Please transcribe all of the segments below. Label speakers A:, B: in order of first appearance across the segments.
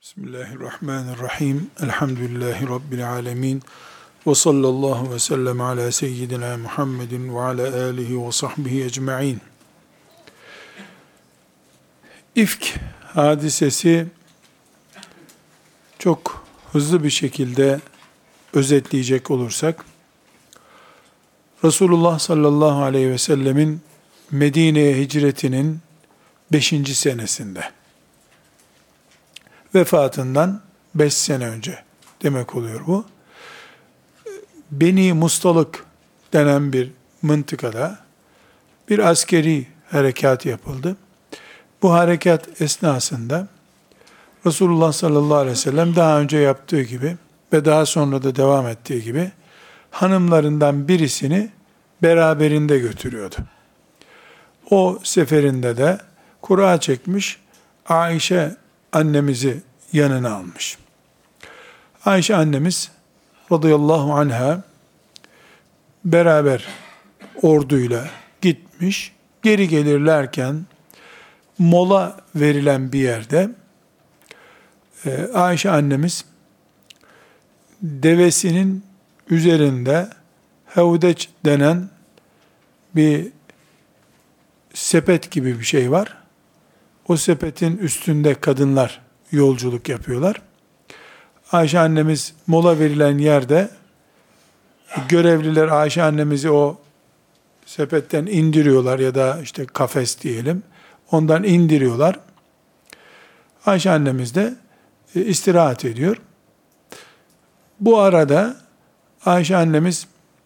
A: Bismillahirrahmanirrahim. Elhamdülillahi Rabbil alemin. Ve sallallahu ve sellem ala seyyidina Muhammedin ve ala alihi ve sahbihi ecma'in. İfk hadisesi çok hızlı bir şekilde özetleyecek olursak, Resulullah sallallahu aleyhi ve sellemin Medine'ye hicretinin 5. senesinde, vefatından 5 sene önce demek oluyor bu. Beni Mustalık denen bir mıntıkada bir askeri harekat yapıldı. Bu harekat esnasında Resulullah sallallahu aleyhi ve sellem daha önce yaptığı gibi ve daha sonra da devam ettiği gibi hanımlarından birisini beraberinde götürüyordu. O seferinde de kura çekmiş, Ayşe annemizi yanına almış. Ayşe annemiz radıyallahu anha beraber orduyla gitmiş. Geri gelirlerken mola verilen bir yerde Ayşe annemiz devesinin üzerinde hevdeç denen bir sepet gibi bir şey var. O sepetin üstünde kadınlar yolculuk yapıyorlar. Ayşe annemiz mola verilen yerde görevliler Ayşe annemizi o sepetten indiriyorlar ya da işte kafes diyelim. Ondan indiriyorlar. Ayşe annemiz de istirahat ediyor. Bu arada Ayşe annemiz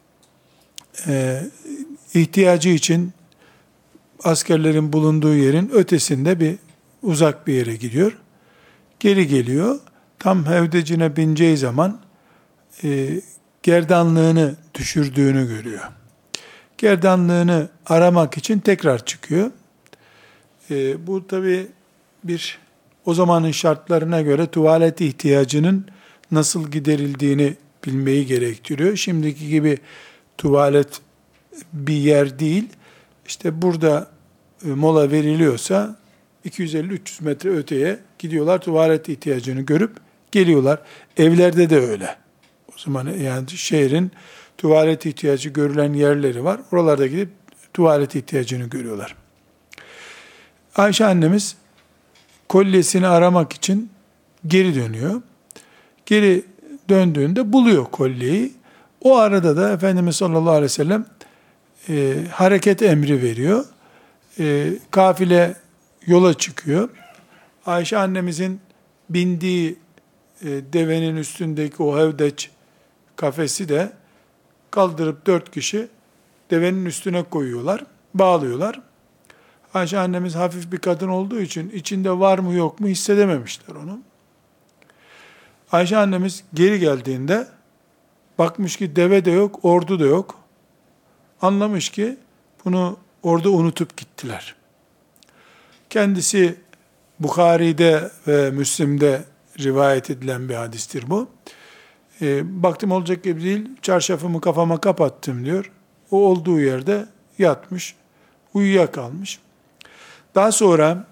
A: ihtiyacı için askerlerin bulunduğu yerin ötesinde uzak bir yere gidiyor. Geri geliyor. Tam hevdecine bineceği zaman gerdanlığını düşürdüğünü görüyor. Gerdanlığını aramak için tekrar çıkıyor. Bu tabi o zamanın şartlarına göre tuvalet ihtiyacının nasıl giderildiğini bilmeyi gerektiriyor. Şimdiki gibi tuvalet bir yer değil. İşte burada mola veriliyorsa 250-300 metre öteye gidiyorlar, tuvalet ihtiyacını görüp geliyorlar. Evlerde de öyle. O zaman yani şehrin tuvalet ihtiyacı görülen yerleri var. Oralarda gidip tuvalet ihtiyacını görüyorlar. Ayşe annemiz kolyesini aramak için geri dönüyor. Geri döndüğünde buluyor kolyeyi. O arada da Efendimiz sallallahu aleyhi ve sellem hareket emri veriyor. Kafile yola çıkıyor. Ayşe annemizin bindiği devenin üstündeki o hevdeç kafesi de kaldırıp 4 kişi devenin üstüne koyuyorlar, bağlıyorlar. Ayşe annemiz hafif bir kadın olduğu için içinde var mı yok mu hissedememişler onu. Ayşe annemiz geri geldiğinde bakmış ki deve de yok, ordu da yok. Anlamış ki bunu orada unutup gittiler. Kendisi Bukhari'de ve Müslim'de rivayet edilen bir hadistir bu. Baktım olacak gibi değil, çarşafımı kafama kapattım diyor. O olduğu yerde yatmış, uyuyakalmış. Daha sonra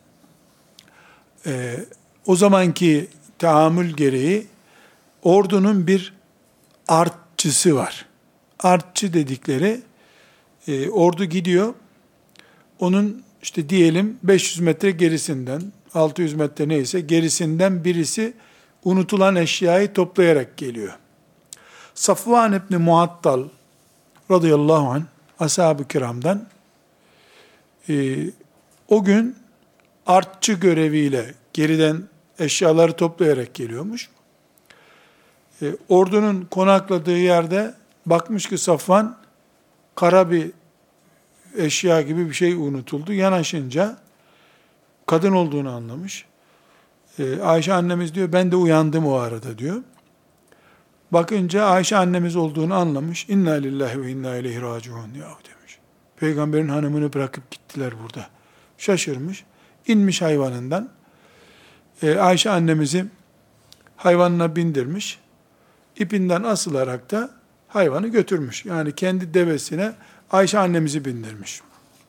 A: o zamanki tahammül gereği ordunun bir artçısı var. Artçı dedikleri ordu gidiyor. Onun işte diyelim 500 metre gerisinden, 600 metre neyse gerisinden birisi unutulan eşyayı toplayarak geliyor. Safvan İbni Muattal radıyallahu anh ashab-ı kiramdan o gün artçı göreviyle geriden eşyaları toplayarak geliyormuş. Ordunun konakladığı yerde bakmış ki Safvan kara bir eşya gibi bir şey unutuldu. Yanaşınca kadın olduğunu anlamış. Ayşe annemiz diyor ben de uyandım o arada diyor. Bakınca Ayşe annemiz olduğunu anlamış. İnna lillahi ve inna ileyhi raciun ya demiş. Peygamberin hanımını bırakıp gittiler burada. Şaşırmış. İnmiş hayvanından. Ayşe annemizi hayvanına bindirmiş. İpinden asılarak da hayvanı götürmüş. Yani kendi devesine Ayşe annemizi bindirmiş.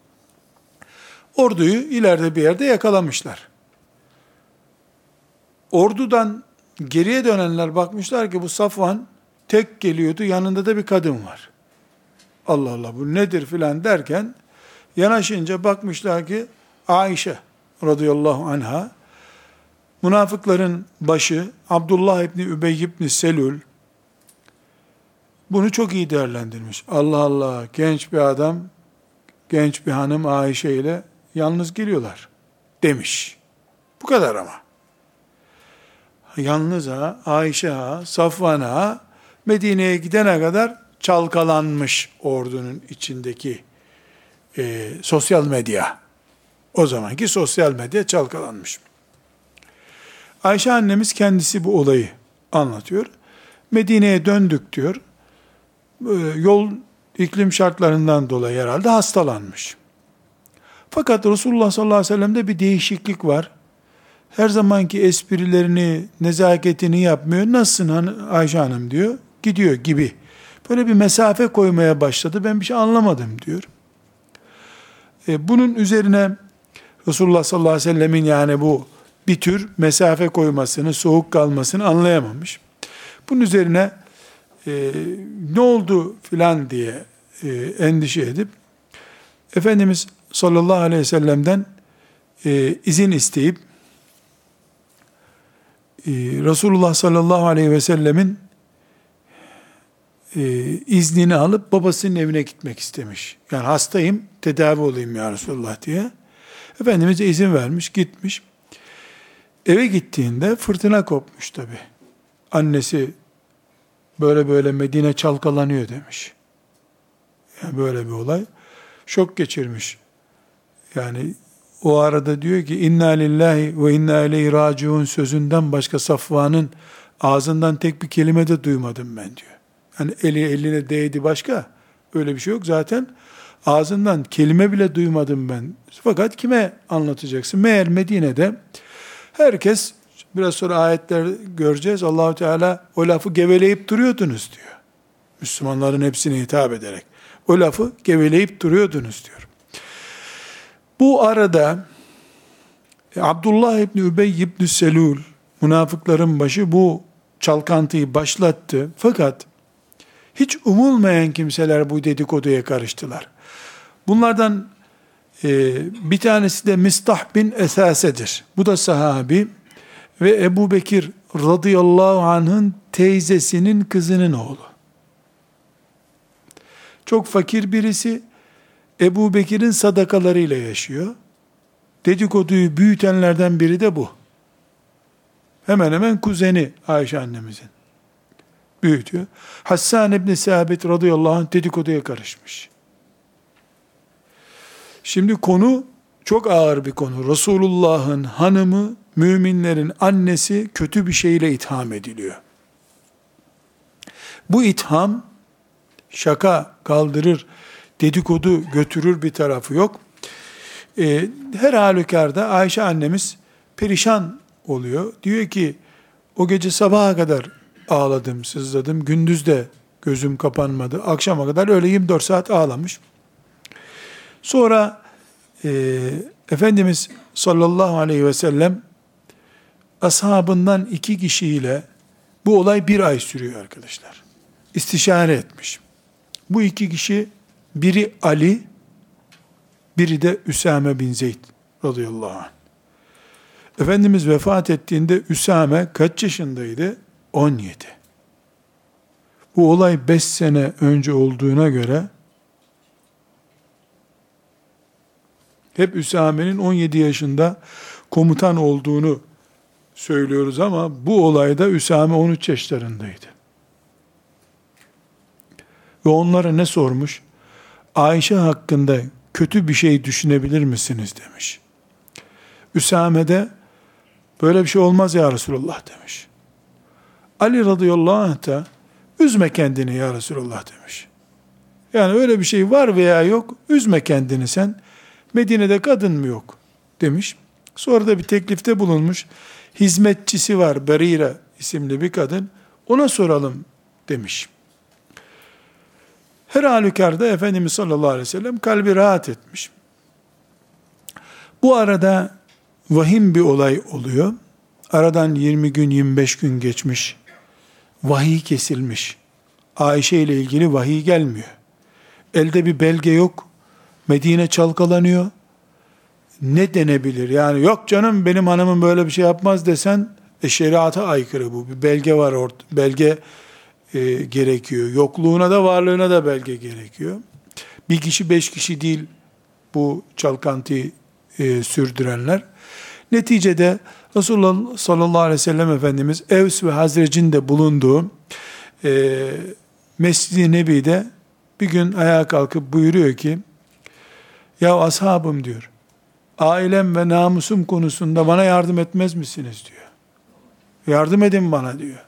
A: Orduyu ileride bir yerde yakalamışlar. Ordudan geriye dönenler bakmışlar ki bu Safvan tek geliyordu, yanında da bir kadın var. Allah Allah, bu nedir filan derken yanaşınca bakmışlar ki Ayşe radıyallahu anha, münafıkların başı Abdullah İbni Übey İbni Selül, bunu çok iyi değerlendirmiş. Allah Allah, genç bir adam, genç bir hanım Ayşe ile yalnız geliyorlar demiş. Bu kadar ama. Yalnız ha, Ayşe ha, Safvan ha, Medine'ye gidene kadar çalkalanmış ordunun içindeki sosyal medya. O zamanki sosyal medya çalkalanmış. Ayşe annemiz kendisi bu olayı anlatıyor. Medine'ye döndük diyor. Yol iklim şartlarından dolayı herhalde hastalanmış. Fakat Resulullah sallallahu aleyhi ve sellem'de bir değişiklik var. Her zamanki esprilerini, nezaketini yapmıyor. Nasılsın Ayşe Hanım diyor. Gidiyor gibi. Böyle bir mesafe koymaya başladı. Ben bir şey anlamadım diyor. Bunun üzerine Resulullah sallallahu aleyhi ve sellemin yani bu bir tür mesafe koymasını, soğuk kalmasını anlayamamış. Bunun üzerine ne oldu filan diye endişe edip Efendimiz sallallahu aleyhi ve sellem'den izin isteyip Resulullah sallallahu aleyhi ve sellemin iznini alıp babasının evine gitmek istemiş. Yani hastayım, tedavi olayım ya Resulullah diye. Efendimiz de izin vermiş, gitmiş. Eve gittiğinde fırtına kopmuş tabi. Annesi böyle böyle Medine çalkalanıyor demiş. Yani böyle bir olay. Şok geçirmiş. Yani o arada diyor ki inna lillahi ve inna ileyhi raciun sözünden başka Safvan'ın ağzından tek bir kelime de duymadım ben diyor. Yani eline değdi başka. Öyle bir şey yok. Zaten ağzından kelime bile duymadım ben. Fakat kime anlatacaksın? Meğer Medine'de herkes, biraz sonra ayetler göreceğiz, Allah-u Teala o lafı geveleyip duruyordunuz diyor. Müslümanların hepsine hitap ederek. O lafı geveleyip duruyordunuz diyor. Bu arada Abdullah İbni Übey İbni Selül, münafıkların başı, bu çalkantıyı başlattı. Fakat hiç umulmayan kimseler bu dedikoduya karıştılar. Bunlardan bir tanesi de Mistah bin Esase'dir. Bu da sahabi ve Ebu Bekir radıyallahu anh'ın teyzesinin kızının oğlu. Çok fakir birisi, Ebu Bekir'in sadakalarıyla yaşıyor. Dedikoduyu büyütenlerden biri de bu. Hemen hemen kuzeni Ayşe annemizin. Büyütüyor. Hassan İbni Sabit radıyallahu anh dedikoduya karışmış. Şimdi konu çok ağır bir konu. Resulullah'ın hanımı, müminlerin annesi kötü bir şeyle itham ediliyor. Bu itham şaka kaldırır, dedikodu götürür bir tarafı yok. Her halükarda Ayşe annemiz perişan oluyor. Diyor ki o gece sabaha kadar ağladım, sızladım. Gündüz de gözüm kapanmadı. Akşama kadar öyle 24 saat ağlamış. Sonra Efendimiz sallallahu aleyhi ve sellem ashabından 2 kişiyle, bu olay 1 ay sürüyor arkadaşlar, İstişare etmiş. Bu 2 kişi, biri Ali, biri de Üsame bin Zeyd radıyallahu anh. Efendimiz vefat ettiğinde Üsame kaç yaşındaydı? 17. Bu olay 5 sene önce olduğuna göre hep Üsame'nin 17 yaşında komutan olduğunu söylüyoruz ama bu olayda Üsame 13 yaşlarındaydı. Ve onlara ne sormuş? Ayşe hakkında kötü bir şey düşünebilir misiniz demiş. Üsame de böyle bir şey olmaz ya Resulullah demiş. Ali radıyallahu anh da üzme kendini ya Resulullah demiş. Yani öyle bir şey var veya yok, üzme kendini sen. Medine'de kadın mı yok demiş. Sonra da bir teklifte bulunmuş. Hizmetçisi var Berira isimli bir kadın. Ona soralım demiş. Her halükarda Efendimiz sallallahu aleyhi ve sellem kalbi rahat etmiş. Bu arada vahim bir olay oluyor. Aradan 20 gün 25 gün geçmiş. Vahiy kesilmiş. Ayşe ile ilgili vahiy gelmiyor. Elde bir belge yok. Medine çalkalanıyor. Ne denebilir? Yani yok canım benim hanımım böyle bir şey yapmaz desen şeriata aykırı bu. Bir belge var orada. Belge gerekiyor. Yokluğuna da varlığına da belge gerekiyor. Bir kişi 5 kişi değil bu çalkantıyı sürdürenler. Neticede Resulullah sallallahu aleyhi ve sellem Efendimiz Evs ve Hazrec'in de bulunduğu Mescid-i Nebi'de bir gün ayağa kalkıp buyuruyor ki ya ashabım diyor, ailem ve namusum konusunda bana yardım etmez misiniz diyor. Yardım edin bana diyor.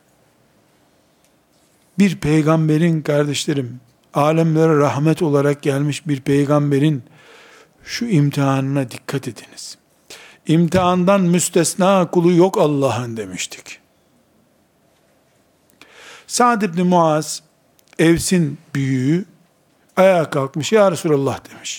A: Bir peygamberin kardeşlerim, alemlere rahmet olarak gelmiş bir peygamberin şu imtihanına dikkat ediniz. İmtihandan müstesna kulu yok Allah'ın demiştik. Sa'd ibn Muaz, Evs'in büyüğü, ayağa kalkmış, ya Resulallah demiş.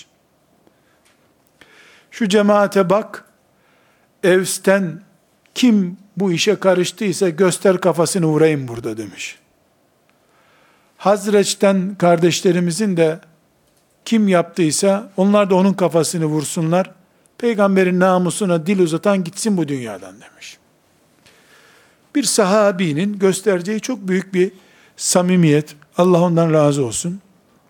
A: Şu cemaate bak, Evs'ten kim bu işe karıştıysa göster kafasını vurayım burada demiş. Hazreç'ten kardeşlerimizin de kim yaptıysa onlar da onun kafasını vursunlar. Peygamberin namusuna dil uzatan gitsin bu dünyadan demiş. Bir sahabinin göstereceği çok büyük bir samimiyet. Allah ondan razı olsun.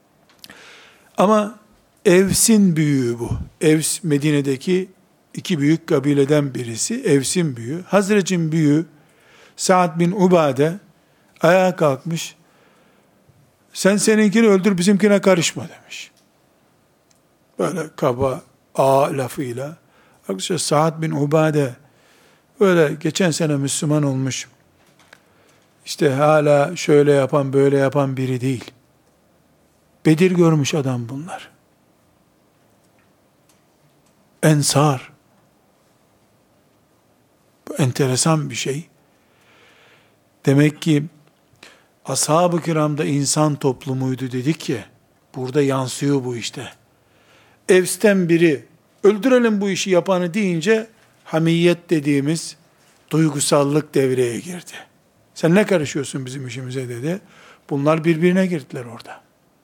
A: Ama Evs'in büyüğü bu. Evs Medine'deki iki büyük kabileden birisi. Evs'in büyüğü. Hazrec'in büyüğü Sa'd bin Ubade ayağa kalkmış. Sen seninkini öldür bizimkine karışma demiş. Böyle kaba lafıyla. Arkadaşlar Sa'd bin Ubade böyle geçen sene Müslüman olmuş. İşte hala şöyle yapan böyle yapan biri değil. Bedir görmüş adam bunlar. Ensar. Bu enteresan bir şey. Demek ki ashab-ı kiramda insan toplumuydu dedik ya. Burada yansıyor bu işte. Evs'ten biri öldürelim bu işi yapanı deyince hamiyet dediğimiz duygusallık devreye girdi. Sen ne karışıyorsun bizim işimize dedi. Bunlar birbirine girdiler orada.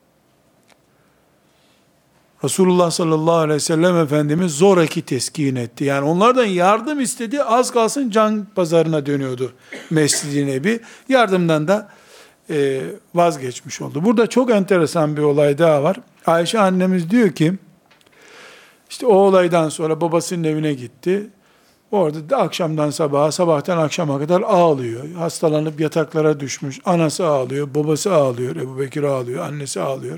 A: Resulullah sallallahu aleyhi ve sellem Efendimiz zoraki teskin etti. Yani onlardan yardım istedi. Az kalsın can pazarına dönüyordu Mescid-i Nebi. Yardımdan da vazgeçmiş oldu. Burada çok enteresan bir olay daha var. Ayşe annemiz diyor ki işte o olaydan sonra babasının evine gitti. Orada da akşamdan sabaha, sabahtan akşama kadar ağlıyor. Hastalanıp yataklara düşmüş. Anası ağlıyor, babası ağlıyor, Ebu Bekir ağlıyor, annesi ağlıyor.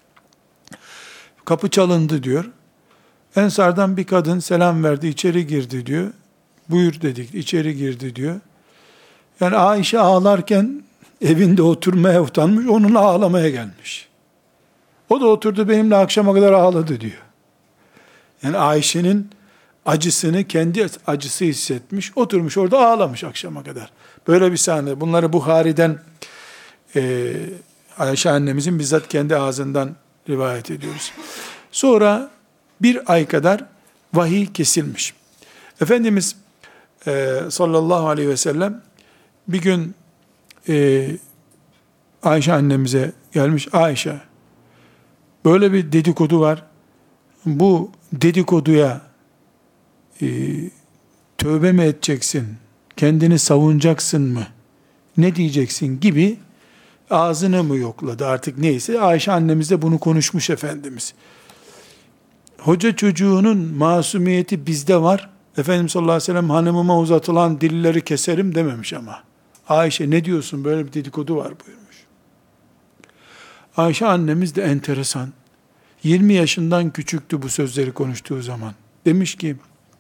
A: Kapı çalındı diyor. Ensardan bir kadın selam verdi, içeri girdi diyor. Buyur dedik, içeri girdi diyor. Yani Ayşe ağlarken evinde oturmaya utanmış, onunla ağlamaya gelmiş. O da oturdu benimle akşama kadar ağladı diyor. Yani Ayşe'nin acısını kendi acısı hissetmiş, oturmuş orada ağlamış akşama kadar. Böyle bir sahne. Bunları Buhari'den Ayşe annemizin bizzat kendi ağzından rivayet ediyoruz. Sonra bir ay kadar vahiy kesilmiş. Efendimiz sallallahu aleyhi ve sellem bir gün Ayşe annemize gelmiş. Ayşe, böyle bir dedikodu var. Bu dedikoduya tövbe mi edeceksin? Kendini savunacaksın mı? Ne diyeceksin gibi ağzını mı yokladı artık neyse. Ayşe annemiz de bunu konuşmuş Efendimiz. Hoca çocuğunun masumiyeti bizde var. Efendimiz sallallahu aleyhi ve sellem hanımıma uzatılan dilleri keserim dememiş ama. Ayşe ne diyorsun böyle bir dedikodu var buyurmuş. Ayşe annemiz de enteresan. 20 yaşından küçüktü bu sözleri konuştuğu zaman. Demiş ki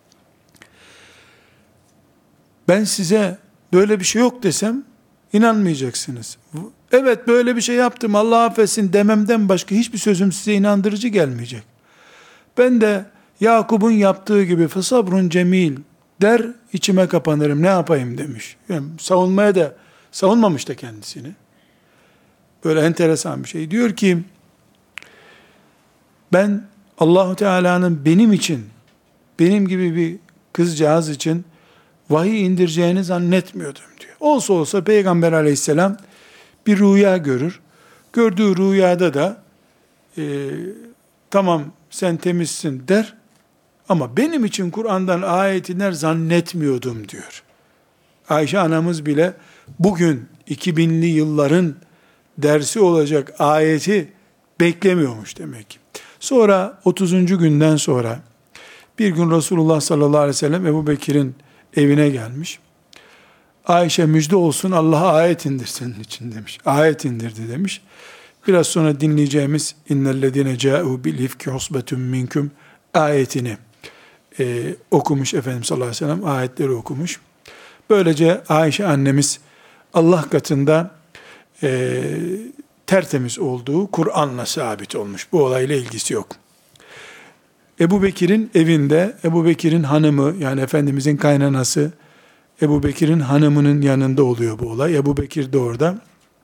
A: ben size böyle bir şey yok desem inanmayacaksınız. Evet böyle bir şey yaptım Allah affetsin dememden başka hiçbir sözüm size inandırıcı gelmeyecek. Ben de Yakup'un yaptığı gibi fesabrun cemil der içime kapanırım ne yapayım demiş. Yani savunmamış da kendisini. Böyle enteresan bir şey. Diyor ki ben Allahu Teala'nın benim için benim gibi bir kızcağız için vahiy indireceğini zannetmiyordum diyor. Olsa olsa Peygamber aleyhisselam bir rüya görür. Gördüğü rüyada da tamam sen temizsin der ama benim için Kur'an'dan ayet iner zannetmiyordum diyor. Ayşe anamız bile bugün 2000'li yılların dersi olacak ayeti beklemiyormuş demek ki. Sonra 30. günden sonra bir gün Resulullah sallallahu aleyhi ve sellem Ebu Bekir'in evine gelmiş. Ayşe müjde olsun Allah ayet indir senin için demiş. Ayet indirdi demiş. Biraz sonra dinleyeceğimiz innellezine ca'u bil ifki husbetun minkum ayetini okumuş Efendimiz sallallahu aleyhi ve sellem, ayetleri okumuş. Böylece Ayşe annemiz Allah katında tertemiz olduğu Kur'an'la sabit olmuş. Bu olayla ilgisi yok. Ebu Bekir'in evinde Ebu Bekir'in hanımı, yani Efendimizin kaynanası Ebu Bekir'in hanımının yanında oluyor bu olay. Ebu Bekir de orada.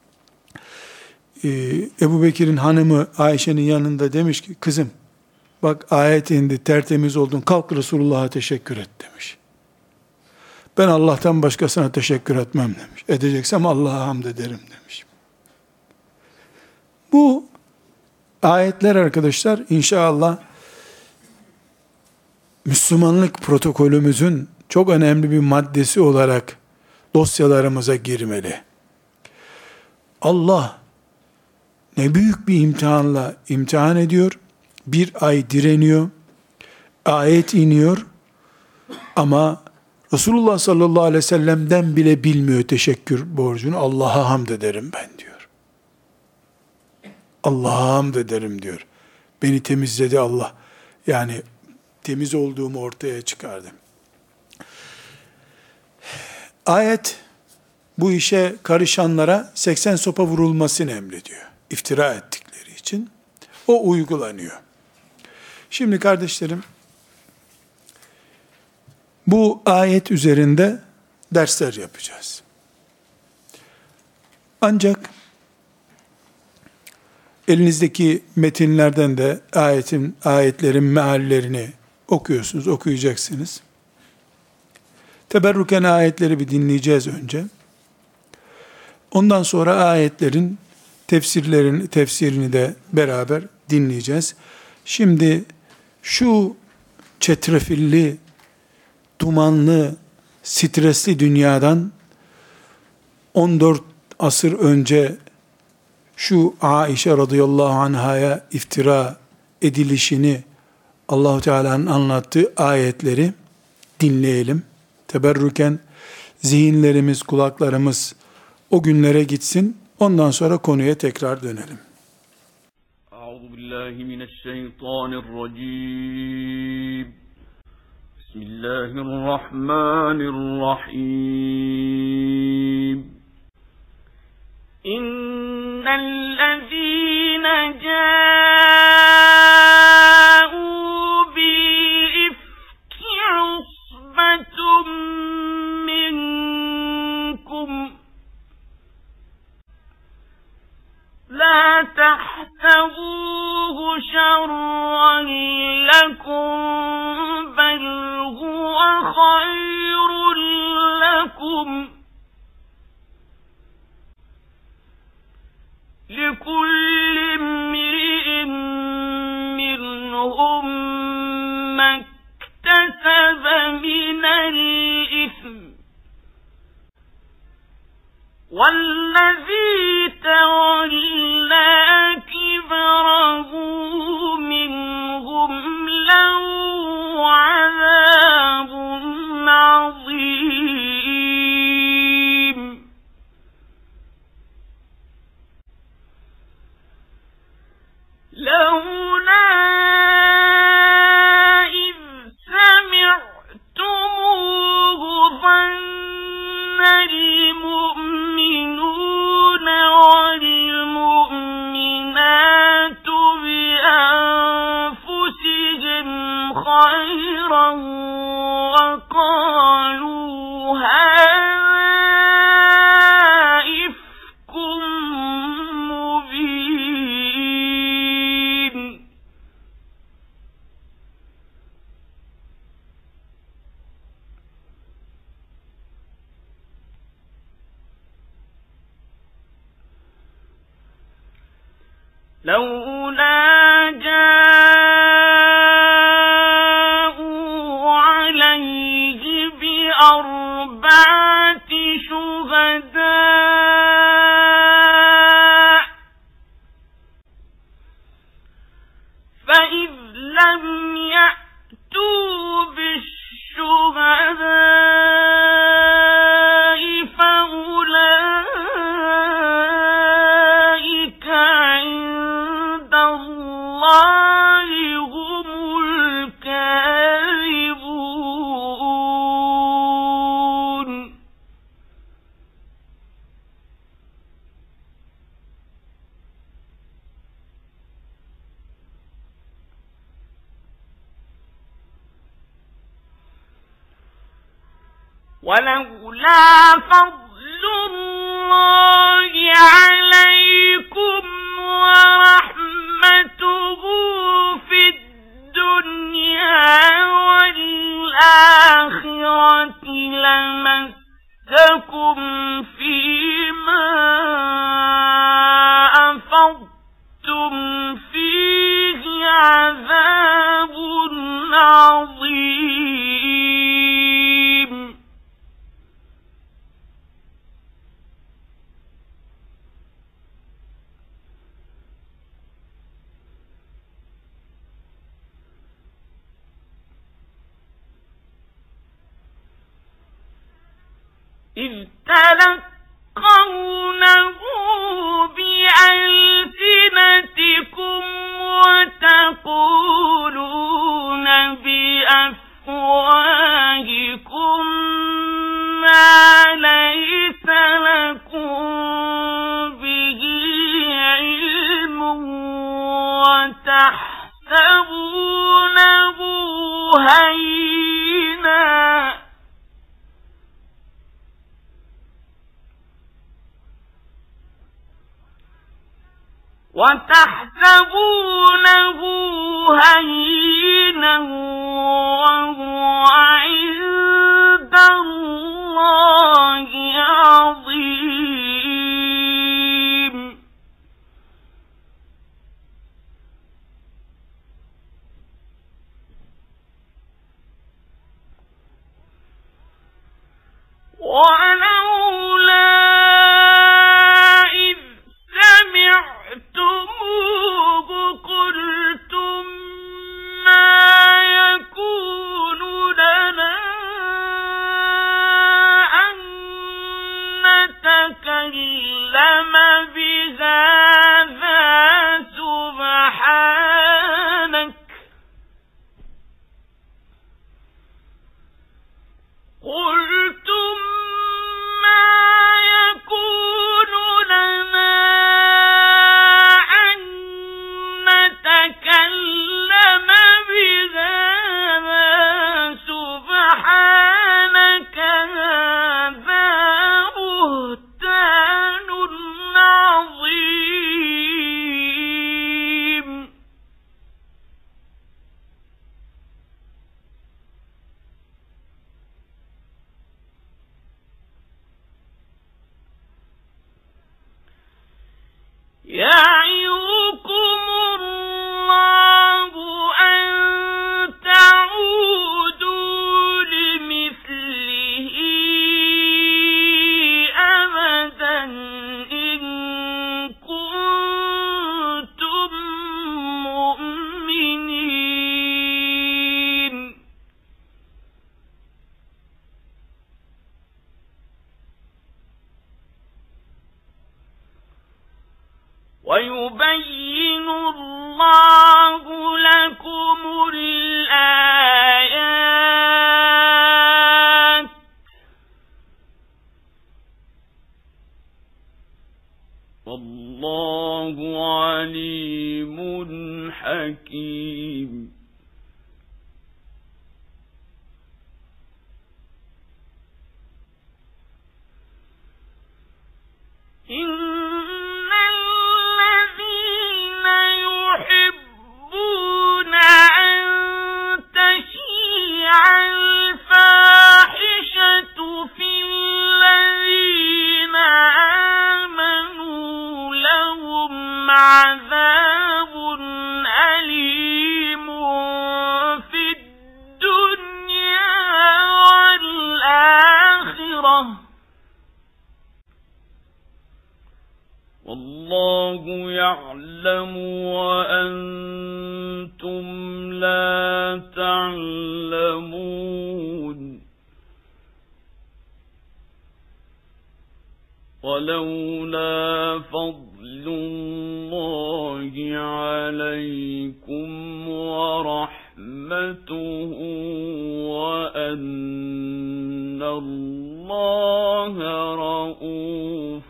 A: Ebu Bekir'in hanımı Ayşe'nin yanında demiş ki kızım bak ayet indi, tertemiz oldun, kalk Resulullah'a teşekkür et demiş. Ben Allah'tan başkasına teşekkür etmem demiş. Edeceksem Allah'a hamd ederim demiş. Bu ayetler arkadaşlar inşallah Müslümanlık protokolümüzün çok önemli bir maddesi olarak dosyalarımıza girmeli. Allah ne büyük bir imtihanla imtihan ediyor. Bir ay direniyor. Ayet iniyor. Ama Resulullah sallallahu aleyhi ve sellem'den bile bilmiyor teşekkür borcunu. Allah'a hamd ederim ben diyor. Allah'a hamd ederim diyor. Beni temizledi Allah. Yani temiz olduğumu ortaya çıkardı. Ayet bu işe karışanlara 80 sopa vurulmasını emrediyor. İftira ettikleri için. O uygulanıyor. Şimdi kardeşlerim, bu ayet üzerinde dersler yapacağız. Ancak elinizdeki metinlerden de ayetlerin meallerini okuyorsunuz, okuyacaksınız. Teberrüken ayetleri bir dinleyeceğiz önce. Ondan sonra ayetlerin tefsirini de beraber dinleyeceğiz. Şimdi şu çetrefilli, dumanlı, stresli dünyadan 14 asır önce şu Aişe radıyallahu anhaya iftira edilişini Allah-u Teala'nın anlattığı ayetleri dinleyelim. Teberrüken zihinlerimiz, kulaklarımız o günlere gitsin. Ondan sonra konuya tekrar dönelim.
B: Euzubillahimineşşeytanirracim. Bismillahirrahmanirrahim. İnnellezîne câ'û bil-ifki usbetum minkum la tahsebûhu şerran lekum bel huve hayrun lekum لِكُلِّ امْرِئٍ مِّنْهُمْ مَا اكْتَسَبَ مِنَ الْإِثْمِ وَالَّذِي تَوَلَّى كِبْرَهُ مِنْهُمْ لَهُ عَذَابٌ عَظِيمٌ لولا إذ سمعتموه ظن المؤمنون والمؤمنات بأنفسهم خيرا وقالوا هذا إفك مبين لولا جاءوا عليه بأربعة شهداء فإذ لم يأتوا بالشهداء فأولئك عند الله هم الكاذبون. ولولا فضل الله عليكم ورحمته في الدنيا والآخرة لمسكم فيما أفضتم فيه عذاب عظيم. إذ تلقونه بألسنتكم وتقولون بأفواهكم ما ليس لكم به علم وتحسبونه هينا وهو عند الله عظيم. ولولا إذ سمعتموه قلتم ما يكون لنا أن نتكلم بهذا سبحانك قلتم ما يكون لنا أن نتكلم بهذا سبحانك هذا بهتان عظيم. يعظكم الله أن تعودوا لمثله أبدا إن كنتم مؤمنين. ويبين الله لكم الآيات والله عليم حكيم. يحبون أن تشيع الفاحشة في الذين آمنوا لهم عذاب والله يعلم وأنتم لا تعلمون ولولا فضل الله عليكم ورحمته وأن الله رؤوف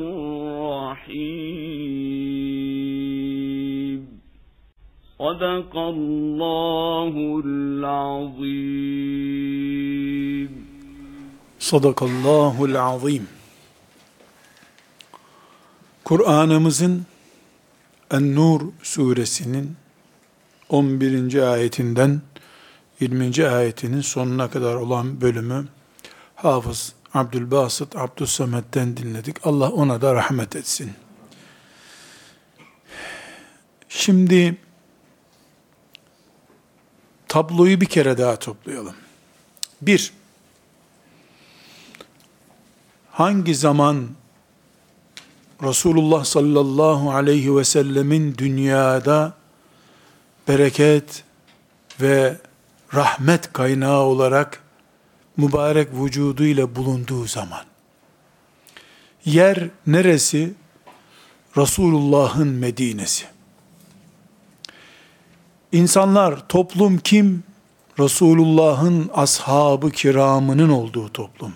B: رحيم صدق الله العظيم
A: Sadakallahul azim. Kur'an'ımızın En-Nur suresinin 11. ayetinden 20. ayetinin sonuna kadar olan bölümü Hafız Abdülbasit Abdüssamet'ten dinledik. Allah ona da rahmet etsin. Şimdi tabloyu bir kere daha toplayalım. Bir, hangi zaman Resulullah sallallahu aleyhi ve sellemin dünyada bereket ve rahmet kaynağı olarak mübarek vücuduyla bulunduğu zaman, yer neresi? Resulullah'ın Medine'si. İnsanlar, toplum kim? Resulullah'ın ashab-ı kiramının olduğu toplum.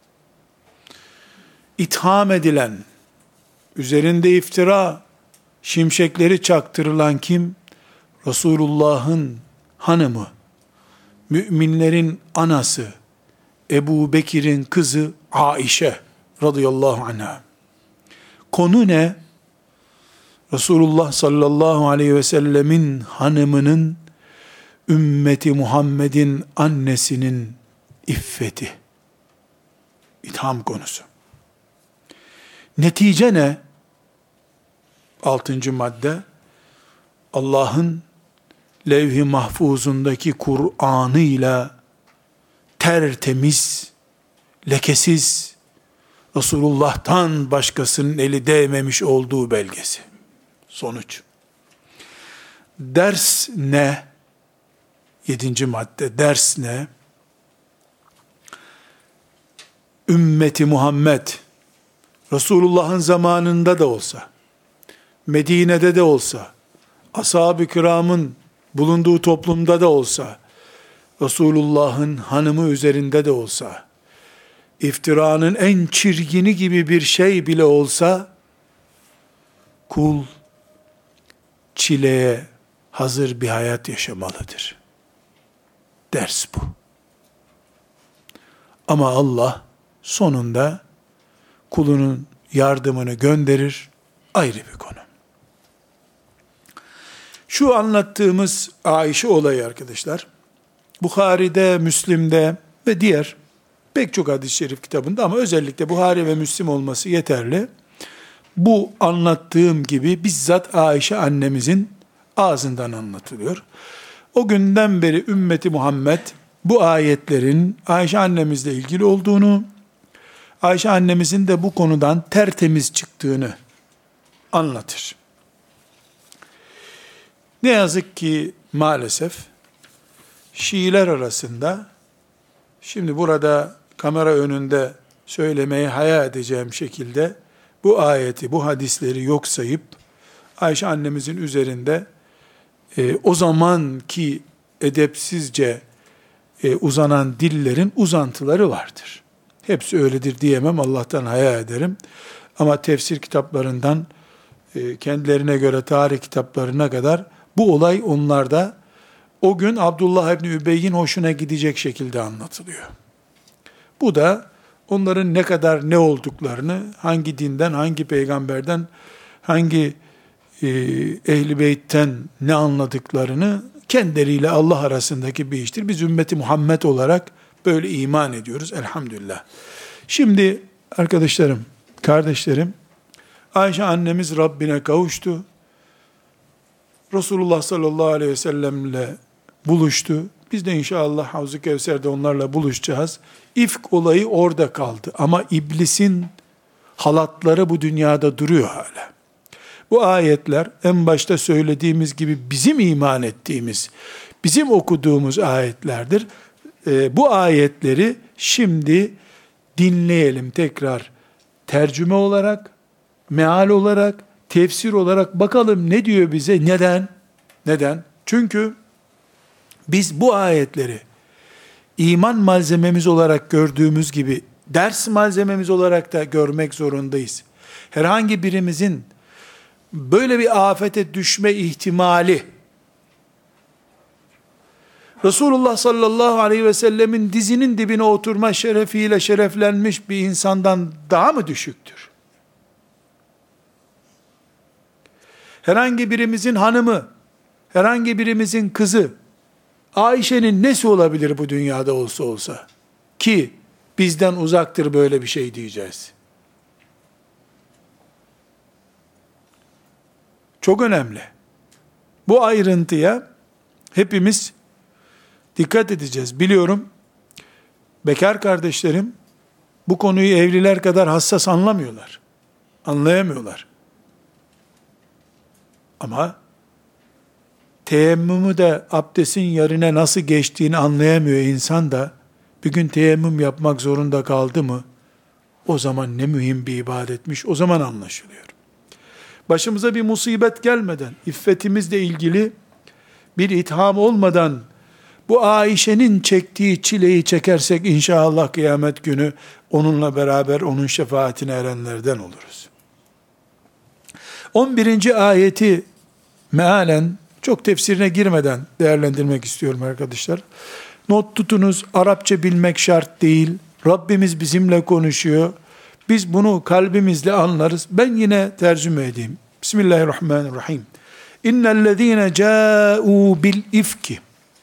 A: İtham edilen, üzerinde iftira, şimşekleri çaktırılan kim? Resulullah'ın hanımı, müminlerin anası, Ebu Bekir'in kızı Aişe radıyallahu anha. Konu ne? Resulullah sallallahu aleyhi ve sellemin hanımının, ümmeti Muhammed'in annesinin iffeti. İtham konusu. Netice ne? 6. madde, Allah'ın levh-i mahfuzundaki Kur'an'ıyla tertemiz, lekesiz, Resulullah'tan başkasının eli değmemiş olduğu belgesi. Sonuç. Ders ne? 7. madde, ders ne? Ümmeti Muhammed, Resulullah'ın zamanında da olsa, Medine'de de olsa, ashab-ı kiramın bulunduğu toplumda da olsa, Resulullah'ın hanımı üzerinde de olsa, iftiranın en çirgini gibi bir şey bile olsa, kul çileye hazır bir hayat yaşamalıdır. Ders bu. Ama Allah sonunda kulunun yardımını gönderir, ayrı bir konu. Şu anlattığımız Aişe olayı arkadaşlar, Buhari'de, Müslim'de ve diğer pek çok hadis-i şerif kitabında, ama özellikle Buhari ve Müslim olması yeterli. Bu anlattığım gibi bizzat Aişe annemizin ağzından anlatılıyor. O günden beri ümmeti Muhammed bu ayetlerin Ayşe annemizle ilgili olduğunu, Ayşe annemizin de bu konudan tertemiz çıktığını anlatır. Ne yazık ki maalesef Şiiler arasında, şimdi burada kamera önünde söylemeyi haya edeceğim şekilde bu ayeti, bu hadisleri yok sayıp Ayşe annemizin üzerinde o zamanki edepsizce uzanan dillerin uzantıları vardır. Hepsi öyledir diyemem, Allah'tan haya ederim. Ama tefsir kitaplarından kendilerine göre tarih kitaplarına kadar bu olay onlarda o gün Abdullah İbni Übey'in hoşuna gidecek şekilde anlatılıyor. Bu da onların ne kadar ne olduklarını, hangi dinden, hangi peygamberden, hangi Ehl-i Beyt'ten ne anladıklarını kendileriyle Allah arasındaki bir iştir. Biz ümmeti Muhammed olarak böyle iman ediyoruz elhamdülillah. Şimdi arkadaşlarım, kardeşlerim, Ayşe annemiz Rabbine kavuştu. Resulullah sallallahu aleyhi ve sellemle buluştu. Biz de inşallah Havz-ı Kevser'de onlarla buluşacağız. İfk olayı orada kaldı. Ama iblisin halatları bu dünyada duruyor hala. Bu ayetler en başta söylediğimiz gibi bizim iman ettiğimiz, bizim okuduğumuz ayetlerdir. Bu ayetleri şimdi dinleyelim tekrar, tercüme olarak, meal olarak, tefsir olarak bakalım ne diyor bize, neden? Neden? Çünkü biz bu ayetleri iman malzememiz olarak gördüğümüz gibi ders malzememiz olarak da görmek zorundayız. Herhangi birimizin böyle bir afete düşme ihtimali, Resulullah sallallahu aleyhi ve sellemin dizinin dibine oturma şerefiyle şereflenmiş bir insandan daha mı düşüktür? Herhangi birimizin hanımı, herhangi birimizin kızı, Ayşe'nin nesi olabilir bu dünyada olsa olsa? Ki bizden uzaktır böyle bir şey diyeceğiz. Çok önemli. Bu ayrıntıya hepimiz dikkat edeceğiz. Biliyorum, bekar kardeşlerim bu konuyu evliler kadar hassas anlamıyorlar. Anlayamıyorlar. Ama teyemmümü de abdestin yerine nasıl geçtiğini anlayamıyor insan da bir gün teyemmüm yapmak zorunda kaldı mı o zaman ne mühim bir ibadetmiş, o zaman anlaşılıyor. Başımıza bir musibet gelmeden, iffetimizle ilgili bir itham olmadan bu Ayşe'nin çektiği çileyi çekersek inşallah kıyamet günü onunla beraber onun şefaatine erenlerden oluruz. 11. ayeti mealen çok tefsirine girmeden değerlendirmek istiyorum arkadaşlar. Not tutunuz, Arapça bilmek şart değil. Rabbimiz bizimle konuşuyor. Biz bunu kalbimizle anlarız. Ben yine tercüme edeyim. Bismillahirrahmanirrahim. İnnellezîne câû bil ifki.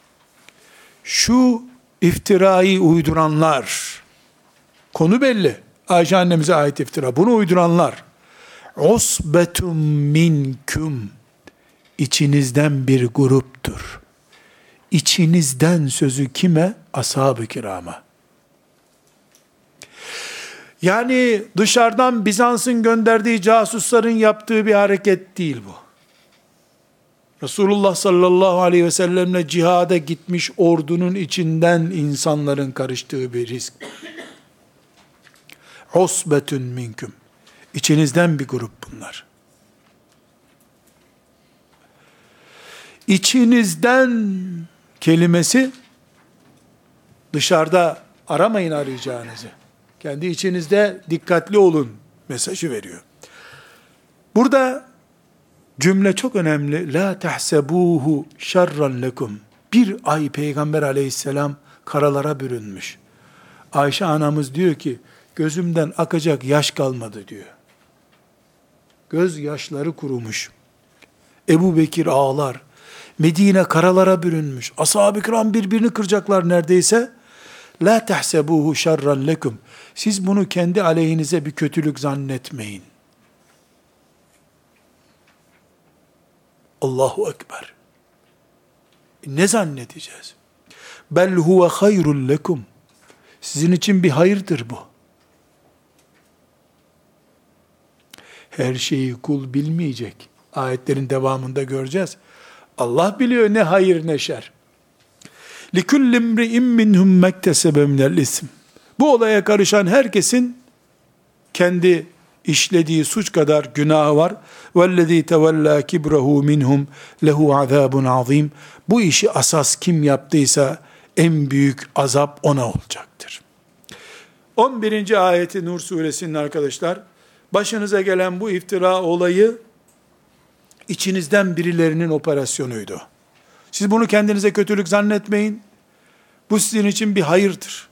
A: Şu iftirayı uyduranlar, konu belli. Ayşe annemize ait iftira. Bunu uyduranlar. Usbetum minkum. İçinizden bir gruptur. İçinizden sözü kime? Ashab-ı kirama. Yani dışarıdan Bizans'ın gönderdiği casusların yaptığı bir hareket değil bu. Resulullah sallallahu aleyhi ve sellemle cihada gitmiş ordunun içinden insanların karıştığı bir risk. Usbetun minkum. İçinizden bir grup bunlar. İçinizden kelimesi dışarıda aramayın arayacağınızı. Kendi içinizde dikkatli olun mesajı veriyor. Burada cümle çok önemli. La tahsebuhu şerran lekum. Bir ay Peygamber aleyhisselam karalara bürünmüş. Ayşe anamız diyor ki gözümden akacak yaş kalmadı diyor. Göz yaşları kurumuş. Ebu Bekir ağlar. Medine karalara bürünmüş. Ashab-ı kiram birbirini kıracaklar neredeyse. La tahsebuhu şerran lekum. Siz bunu kendi aleyhinize bir kötülük zannetmeyin. Allahu Ekber. Ne zannedeceğiz? Bel huve hayrun lekum. Sizin için bir hayırdır bu. Her şeyi kul bilmeyecek. Ayetlerin devamında göreceğiz. Allah biliyor ne hayır ne şer. لِكُلِّ امْرِئٍ مِّنْهُمْ مَكْتَسَبَ مِنَ الْاِسْمِ. Bu olaya karışan herkesin kendi işlediği suç kadar günahı var. وَالَّذ۪ي تَوَلَّا كِبْرَهُ مِنْهُمْ لَهُ عَذَابٌ عَظ۪يمٌ. Bu işi asas kim yaptıysa en büyük azap ona olacaktır. 11. ayeti Nur suresinin arkadaşlar, başınıza gelen bu iftira olayı içinizden birilerinin operasyonuydu. Siz bunu kendinize kötülük zannetmeyin. Bu sizin için bir hayırdır.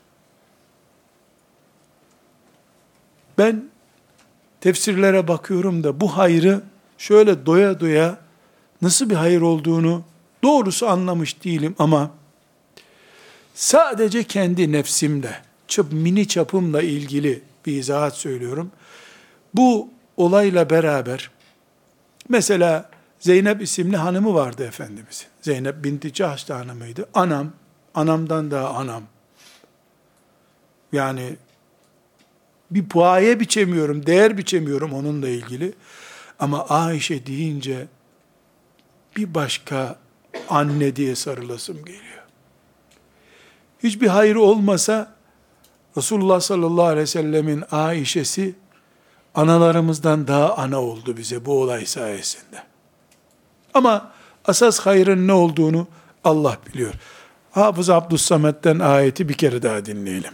A: Ben tefsirlere bakıyorum da bu hayrı şöyle doya doya nasıl bir hayır olduğunu doğrusu anlamış değilim ama sadece kendi nefsimde, mini çapımla ilgili bir izahat söylüyorum. Bu olayla beraber mesela Zeynep isimli hanımı vardı Efendimizin. Zeynep binti Cahş da hanımıydı. Anamdan daha anam. Yani Bir puaye biçemiyorum, değer biçemiyorum onunla ilgili. Ama Ayşe deyince bir başka anne diye sarılasım geliyor. Hiçbir hayır olmasa Resulullah sallallahu aleyhi ve sellemin Ayşe'si analarımızdan daha ana oldu bize bu olay sayesinde. Ama asas hayrın ne olduğunu Allah biliyor. Hafız Abdüssamet'ten ayeti bir kere daha dinleyelim.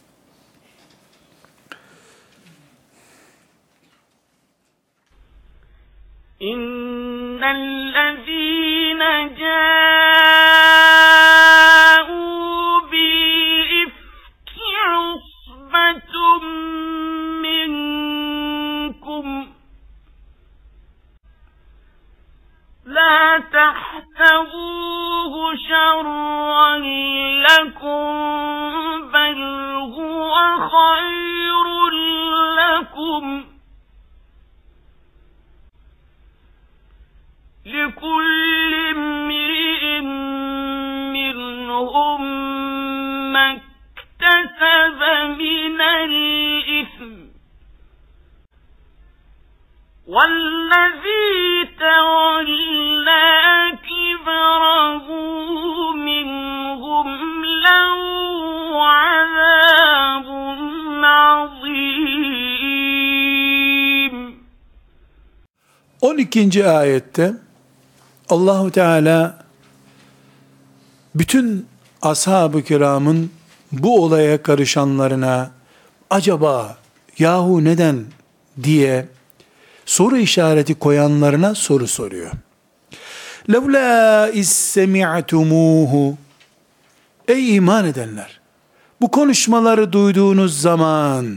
B: İnnellezîne câ'û bil-ifki usbetum minkum la tahsebûhu şerran lekum bel huve hayrun lekum لِكُلِّ امْرِئٍ مِّنْهُمْ مَا اكْتَسَبَ مِنَ الْإِثْمِ وَالَّذِي تَوَلَّى كِبْرَهُ مِنْهُمْ لَهُ عَذَابٌ عَظِيمٌ
A: 12. ayette Allahu Teala bütün ashab-ı kiramın bu olaya karışanlarına acaba yahu neden diye soru işareti koyanlarına soru soruyor. Levla is-semi'tumuhu, ey iman edenler, bu konuşmaları duyduğunuz zaman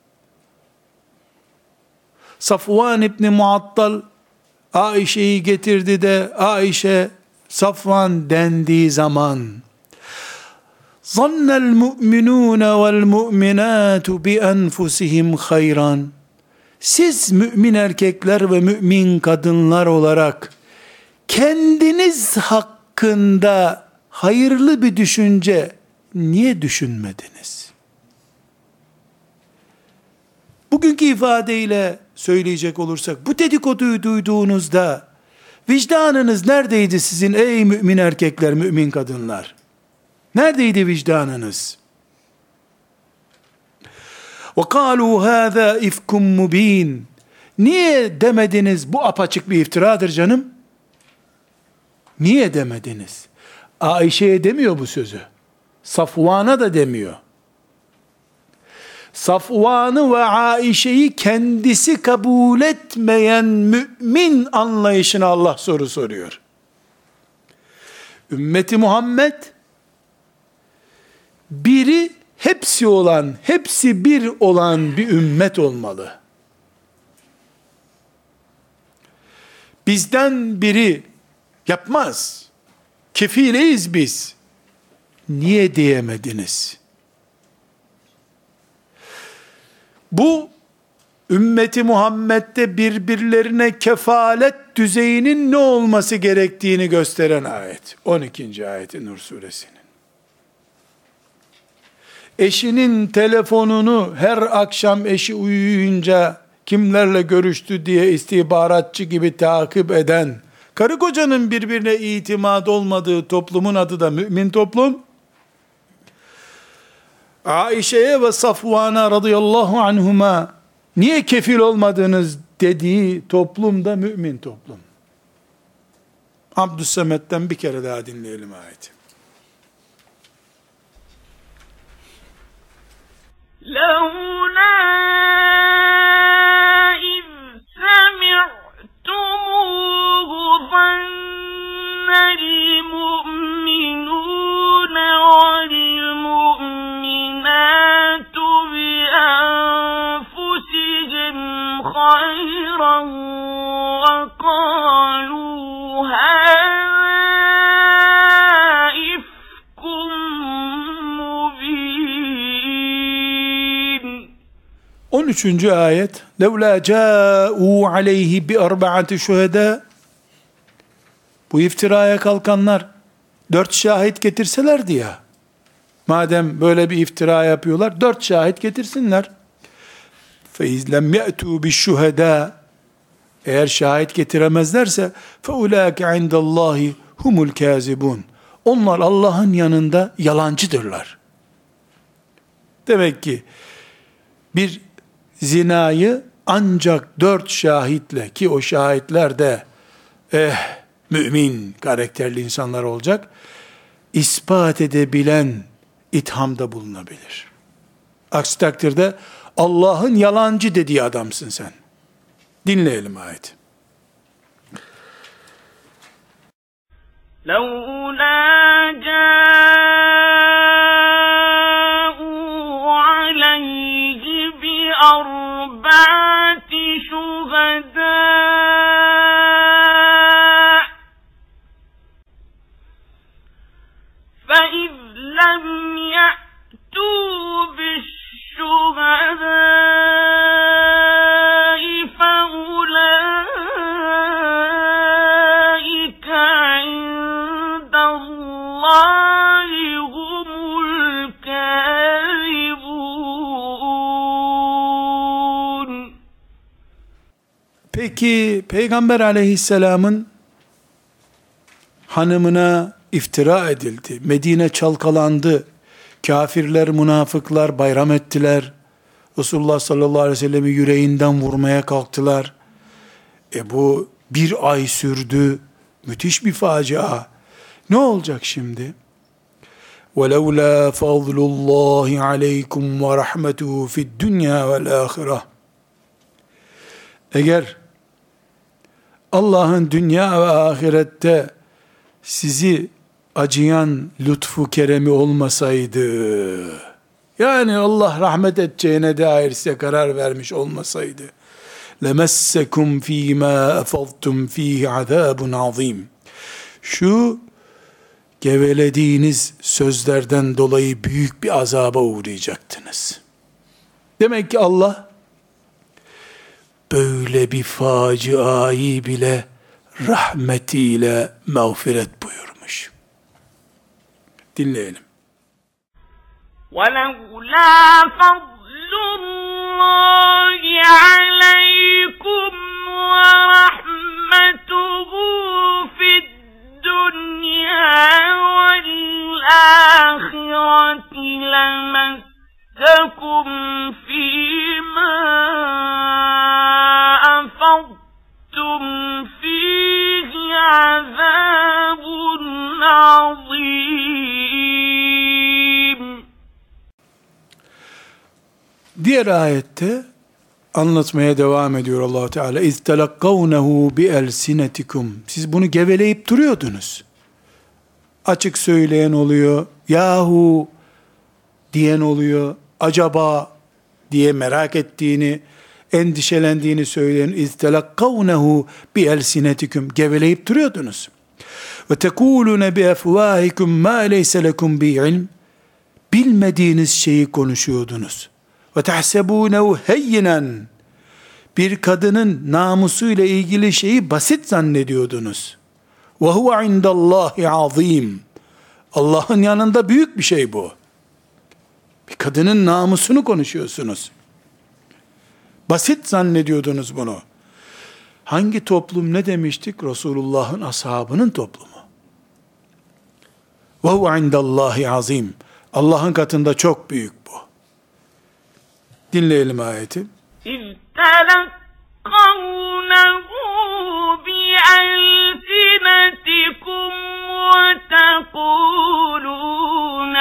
A: Safvan İbni Muattal Ayşe'yi getirdi de Ayşe Safvan dendiği zaman zannel mu'minûne vel mu'minâtu bi enfusihim hayran, siz mümin erkekler ve mümin kadınlar olarak kendiniz hakkında hayırlı bir düşünce niye düşünmediniz? Bugünkü ifadeyle söyleyecek olursak, bu dedikoduyu duyduğunuzda vicdanınız neredeydi sizin ey mümin erkekler, mümin kadınlar? Neredeydi vicdanınız? وَقَالُوا هَذَا اِفْكُمْ مُب۪ينَ, niye demediniz bu apaçık bir iftiradır canım? Niye demediniz? Ayşe'ye demiyor bu sözü. Safvan'a da demiyor. Safvan'ı ve Aişe'yi kendisi kabul etmeyen mümin anlayışına Allah soru soruyor. Ümmeti Muhammed biri hepsi olan, hepsi bir olan bir ümmet olmalı. Bizden biri yapmaz, kefileyiz biz. Niye diyemediniz? Bu ümmeti Muhammed'de birbirlerine kefalet düzeyinin ne olması gerektiğini gösteren ayet. 12. ayeti Nur suresinin. Eşinin telefonunu her akşam eşi uyuyunca kimlerle görüştü diye istihbaratçı gibi takip eden, karı kocanın birbirine itimat olmadığı toplumun adı da mümin toplum. Ayşe'ye ve Safvan'a radıyallahu anhuma niye kefil olmadınız dediği toplum da mümin toplum. Abdüssamet'ten bir kere daha dinleyelim ayeti.
B: لَوْلَا إِذْ سَمِعْتُمُوهُ ظَنَّ الْمُؤْمِنُونَ وَالْمُؤْمِنَاتُ بِأَنفُسِهِمْ خَيْرًا وَقَالُوا هَذَا إِفْكٌ مُبِينٌ
A: 13. ayet لَوْلَا جَاءُوا عَلَيْهِ بِأَرْبَعَةِ شُهَدَى, bu iftiraya kalkanlar 4 şahit getirselerdi ya, madem böyle bir iftira yapıyorlar 4 şahit getirsinler. فَاِذْ لَمْ يَأْتُوا بِالشُّهَدَى Eğer şahit getiremezlerse فَاُولَٰئِكَ عِنْدَ اللّٰهِ هُمُ الْكَاذِبُونَ Onlar Allah'ın yanında yalancıdırlar. Demek ki bir zinayı ancak 4 şahitle, ki o şahitler de mümin karakterli insanlar olacak, ispat edebilen ithamda bulunabilir. Aksi takdirde Allah'ın yalancı dediği adamsın sen. Dinleyelim ayeti.
B: لَوْلَا جَاءُوا عَلَيْهِ بِأَرْبَعَةِ شُهَدَاءَ فَإِذْ لَمْ يَأْتُوا بِالشُّهَدَاءِ فَأُولَٰئِكَ عِندَ اللّٰهِ هُمُ الْكَاذِبُونَ
A: Peki Peygamber aleyhisselamın hanımına iftira edildi. Medine çalkalandı. Kafirler, münafıklar bayram ettiler. Resulullah sallallahu aleyhi ve sellem'i yüreğinden vurmaya kalktılar. Bu 1 ay sürdü. Müthiş bir facia. Ne olacak şimdi? وَلَوْلَا فَضْلُ اللّٰهِ عَلَيْكُمْ وَرَحْمَتُهُ فِي الدُّنْيَا وَالْآخِرَةِ Eğer Allah'ın dünya ve ahirette sizi acıyan lütfu keremi olmasaydı, yani Allah rahmet edeceğine dair size karar vermiş olmasaydı, لَمَسَّكُمْ ف۪ي مَا أَفَضْتُمْ ف۪يهِ عَذَابٌ عَظ۪يمٌ Şu gevelediğiniz sözlerden dolayı büyük bir azaba uğrayacaktınız. Demek ki Allah böyle bir faciayı bile rahmetiyle mağfiret buyurmuş. Dinleyelim.
B: وَلَوْلَا فَضْلُ اللّٰهِ عَلَيْكُمْ وَرَحْمَتُهُ فِي الدُّنْيَا وَالْآخِرَةِ لَمَسَّكُمْ فِيمَا أَفَضْتُمْ فِيهِ عَذَابٌ عَظِيمٌ
A: Diğer ayette anlatmaya devam ediyor Allah Teala. İz telakkavnehu bi elsinetikum. Siz bunu geveleyip duruyordunuz. Açık söyleyen oluyor, yahu diyen oluyor, acaba diye merak ettiğini, endişelendiğini söyleyen. İz telakkavnehu bi elsinetikum. Geveleyip duruyordunuz. Ve tekulune bi efvahikum ma leyse lekum bi ilm. Bilmediğiniz şeyi konuşuyordunuz. Ve tahsebunehu heyyinen. Bir kadının namusuyla ilgili şeyi basit zannediyordunuz. Ve huve indallahi azim. Allah'ın yanında büyük bir şey bu. Bir kadının namusunu konuşuyorsunuz. Basit zannediyordunuz bunu. Hangi toplum ne demiştik? Resulullah'ın ashabının toplumu. Ve huve indallahi azim. Allah'ın katında çok büyük bu. Dinleyelim ayeti.
B: إِذْ تَلَقَّوْنَهُ بِأَلْسِنَتِكُمْ وَتَقُولُونَ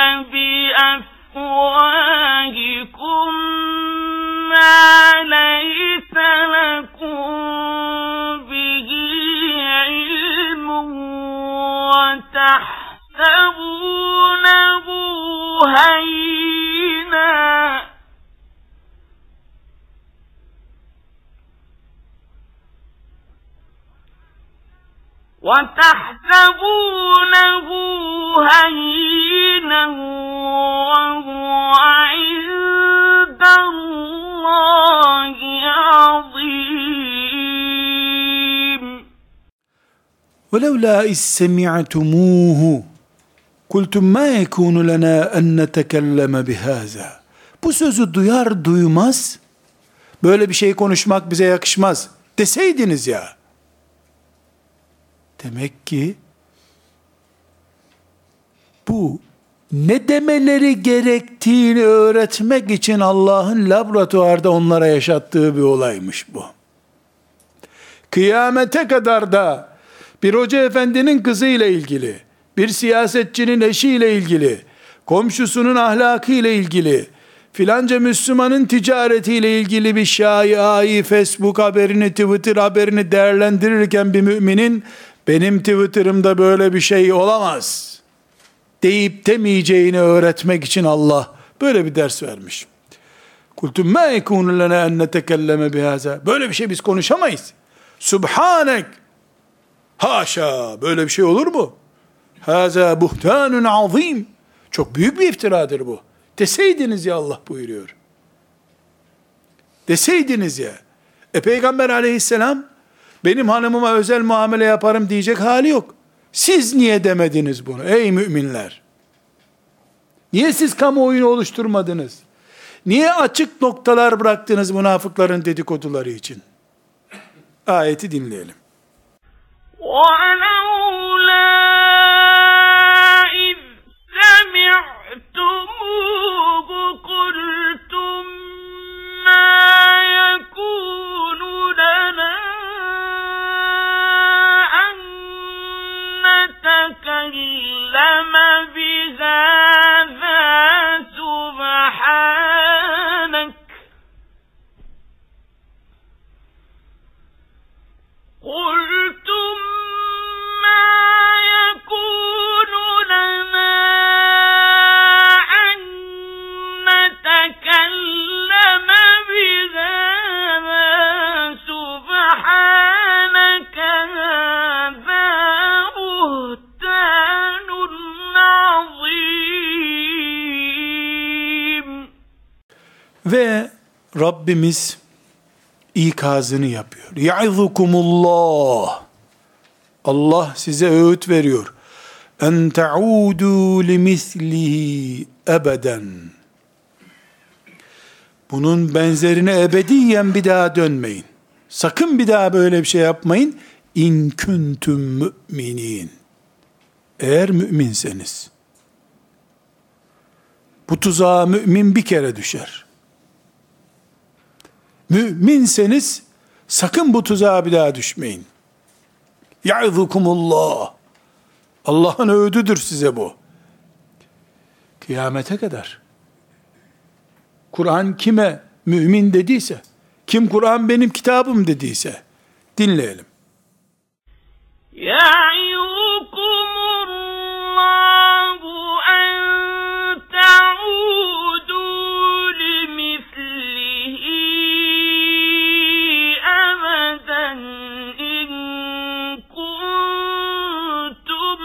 B: بِأَفْوَاهِكُمْ مَا لَيْسَ لَكُمْ بِهِ عِلْمٌ وَتَحْسَبُونَهُ هَيِّنًا وَتَحْسَبُونَهُ هَيِّنًا وَهُوَ عِندَ اللَّهِ عَظِيمٌ
A: وَلَوْلَا إِذْ سَمِعْتُمُوهُ قُلْتُمْ مَا يَكُونُ لَنَا أَنْ نَتَكَلَّمَ بِهَذَا Bu sözü duyar duymaz Böyle bir şey konuşmak bize yakışmaz deseydiniz ya. Demek ki bu ne demeleri gerektiğini öğretmek için Allah'ın laboratuvarda onlara yaşattığı bir olaymış bu. Kıyamete kadar da bir hoca efendinin kızıyla ilgili, bir siyasetçinin eşiyle ilgili, komşusunun ahlakıyla ilgili, filanca Müslümanın ticaretiyle ilgili bir şaiayı, Facebook haberini, Twitter haberini değerlendirirken bir müminin, benim Twitter'ımda böyle bir şey olamaz deyip demeyeceğini öğretmek için Allah böyle bir ders vermiş. Kultum ma yekunu lena en netekelleme bihaza. Böyle bir şey biz konuşamayız. Subhanek. Haşa, böyle bir şey olur mu? Haza buhtanun azim. Çok büyük bir iftiradır bu. Deseydiniz ya, Allah buyuruyor. Deseydiniz ya. Peygamber aleyhisselam benim hanımıma özel muamele yaparım diyecek hali yok. Siz niye demediniz bunu ey müminler? Niye siz kamuoyunu oluşturmadınız? Niye açık noktalar bıraktınız münafıkların dedikoduları için? Ayeti dinleyelim.
B: وَلَوْلَا إِذْ سَمِعْتُمُوهُ قُلْتُمْ مَا يَكُونُ لَنَا أَن نَّتَكَلَّمَ بِهَٰذَا سُبْحَانَكَ قُلْتُمْ مَا يَكُونُ لَنَا أَن نَّتَكَلَّمَ بِهَٰذَا سُبْحَانَكَ هَٰذَا بُهْتَانٌ عَظِيمٌ.
A: Ve Rabbimiz ikazını yapıyor. Ya'izukumullah. Allah size öğüt veriyor. En ta'udu limislihi ebeden. Bunun benzerine ebediyen bir daha dönmeyin. Sakın bir daha böyle bir şey yapmayın. İn kuntum müminin. Eğer müminseniz. Bu tuzağa mümin bir kere düşer. Müminseniz sakın bu tuzağa bir daha düşmeyin. Ya'izukumullah. Allah'ın öğüdüdür size bu. Kıyamete kadar. Kur'an kime mümin dediyse, kim Kur'an benim kitabım dediyse, dinleyelim.
B: يَعِظُكُمُ أَن تَعُودُوا لِمِثْلِهِ أَبَدًا إِن كُنتُم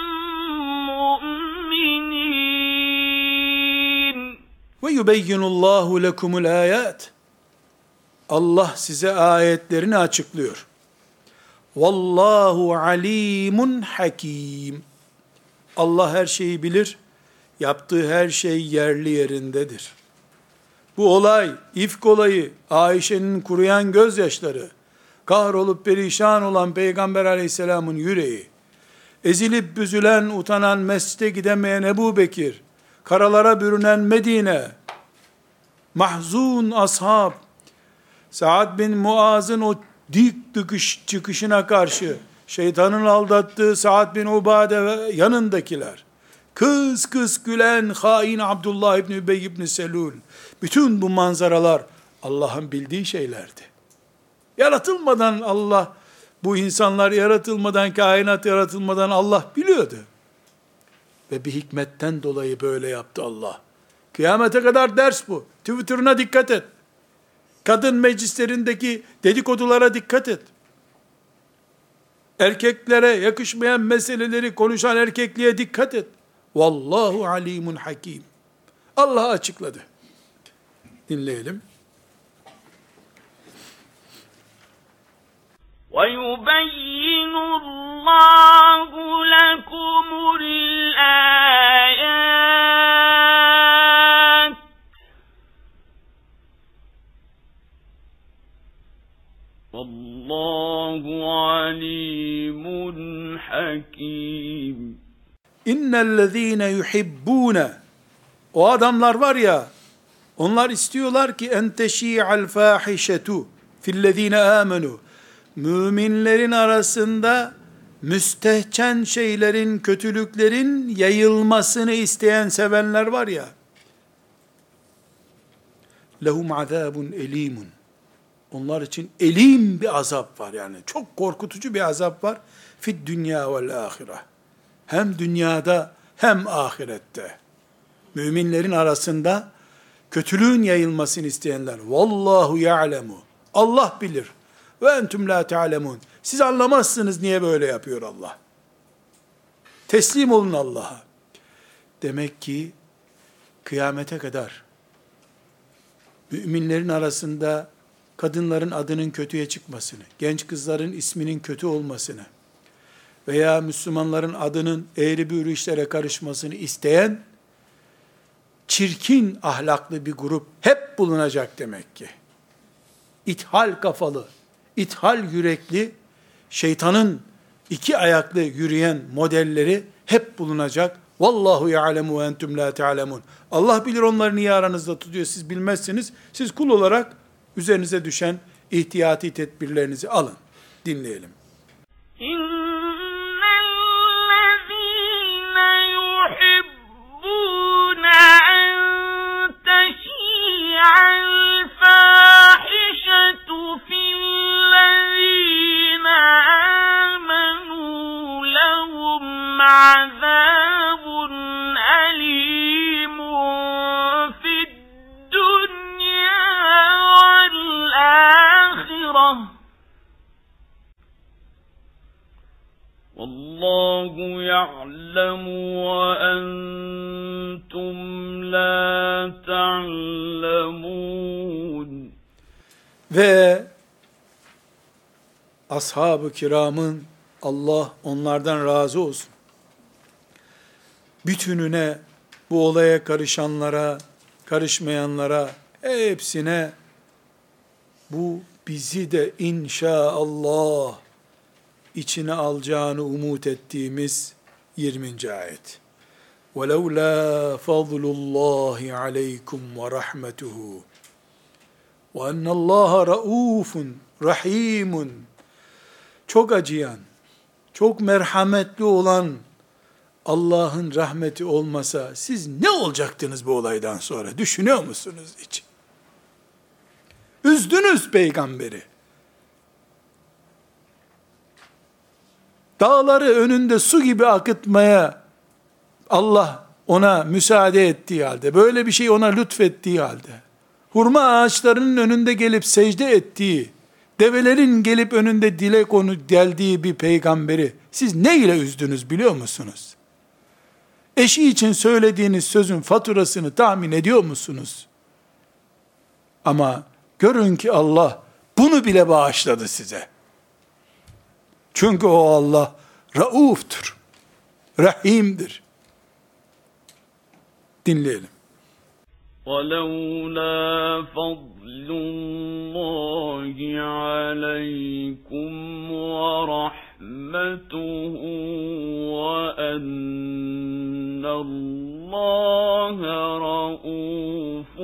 B: مُّؤْمِنِينَ.
A: Ve yubeyyinullahu lekumul ayat. Allah size ayetlerini açıklıyor. Vallahu alimun hakim. Allah her şeyi bilir. Yaptığı her şey yerli yerindedir. Bu olay, ifk olayı, Ayşe'nin kuruyan gözyaşları, kahrolup perişan olan Peygamber aleyhisselamın yüreği, ezilip büzülen, utanan, mescide gidemeyen Ebu Bekir, karalara bürünen Medine, mahzun ashab, Sa'd bin Muaz'ın o dik çıkışına karşı, şeytanın aldattığı Sa'd bin Ubade ve yanındakiler, kıs kıs gülen hain Abdullah İbni Übey İbni Selul, bütün bu manzaralar Allah'ın bildiği şeylerdi. Yaratılmadan Allah, bu insanlar yaratılmadan, kainat yaratılmadan Allah biliyordu. Ve bir hikmetten dolayı böyle yaptı Allah. Kıyamete kadar ders bu. Twitter'ına dikkat et. Kadın meclislerindeki dedikodulara dikkat et. Erkeklere yakışmayan meseleleri konuşan erkekliğe dikkat et. Vallahu alimun hakim. Allah açıkladı. Dinleyelim.
B: وَيُبَيِّنُ اللّٰهُ لَكُمُ الْآيَاتِ Vallahu alimun hakim.
A: İnnellezîne yuhibbûne, o adamlar var ya, onlar istiyorlar ki en teşî'al fâhişetu fillezîne âmenû, müminlerin arasında müstehcen şeylerin, kötülüklerin yayılmasını isteyen, sevenler var ya, lehum azâbun elîmun, onlar için elim bir azap var, yani çok korkutucu bir azap var. Fid dünya vel ahire, hem dünyada hem ahirette. Müminlerin arasında kötülüğün yayılmasını isteyenler. Vallahu ya'lemu, Allah bilir. Ve entüm la ta'lemun, siz anlamazsınız niye böyle yapıyor Allah. Teslim olun Allah'a. Demek ki kıyamete kadar müminlerin arasında kadınların adının kötüye çıkmasını, genç kızların isminin kötü olmasını veya Müslümanların adının eğri büğrü işlere karışmasını isteyen çirkin ahlaklı bir grup hep bulunacak demek ki. İthal kafalı, ithal yürekli, şeytanın iki ayaklı yürüyen modelleri hep bulunacak. Vallahu ya'lemu ve entüm la ta'lemun. Allah bilir onları niye aranızda tutuyor, siz bilmezsiniz. Siz kul olarak üzerinize düşen ihtiyati tedbirlerinizi alın. Dinleyelim.
B: İnnellezîne yuhibbûne en teşî'al fâhişetu fillezîne âmenû lehum azâbun elîmun fid dünya vel âhireh. Vallahu ya'lemu ve entum la ta'lemun.
A: Ve ashab-ı kiramın, Allah onlardan razı olsun, bütününe, bu olaya karışanlara, karışmayanlara, hepsine, bu bizi de inşallah içine alacağını umut ettiğimiz 20. ayet. وَلَوْلَا فَضْلُ اللّٰهِ عَلَيْكُمْ وَرَحْمَتُهُ وَاَنَّ اللّٰهَ رَؤُوفٌ رَحِيمٌ. Çok acıyan, çok merhametli olan Allah'ın rahmeti olmasa siz ne olacaktınız bu olaydan sonra? Düşünüyor musunuz hiç? Üzdünüz peygamberi. Dağları önünde su gibi akıtmaya Allah ona müsaade ettiği halde, böyle bir şey ona lütfettiği halde, hurma ağaçlarının önünde gelip secde ettiği, develerin gelip önünde dile konu geldiği bir peygamberi siz ne ile üzdünüz biliyor musunuz? Eşi için söylediğiniz sözün faturasını tahmin ediyor musunuz? Ama görün ki Allah bunu bile bağışladı size. Çünkü o Allah Rauf'tur, Rahim'dir. Dinleyelim.
B: وَلَوْلَا فَضْلُ اللّٰهِ عَلَيْكُمْ وَرَحْمَتُهُ وَأَنَّ اللّٰهَ رَءُوفٌ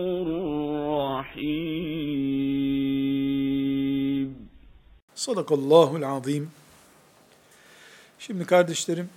B: رَحِيمٌ.
A: Sadakallahul azim. Şimdi kardeşlerim,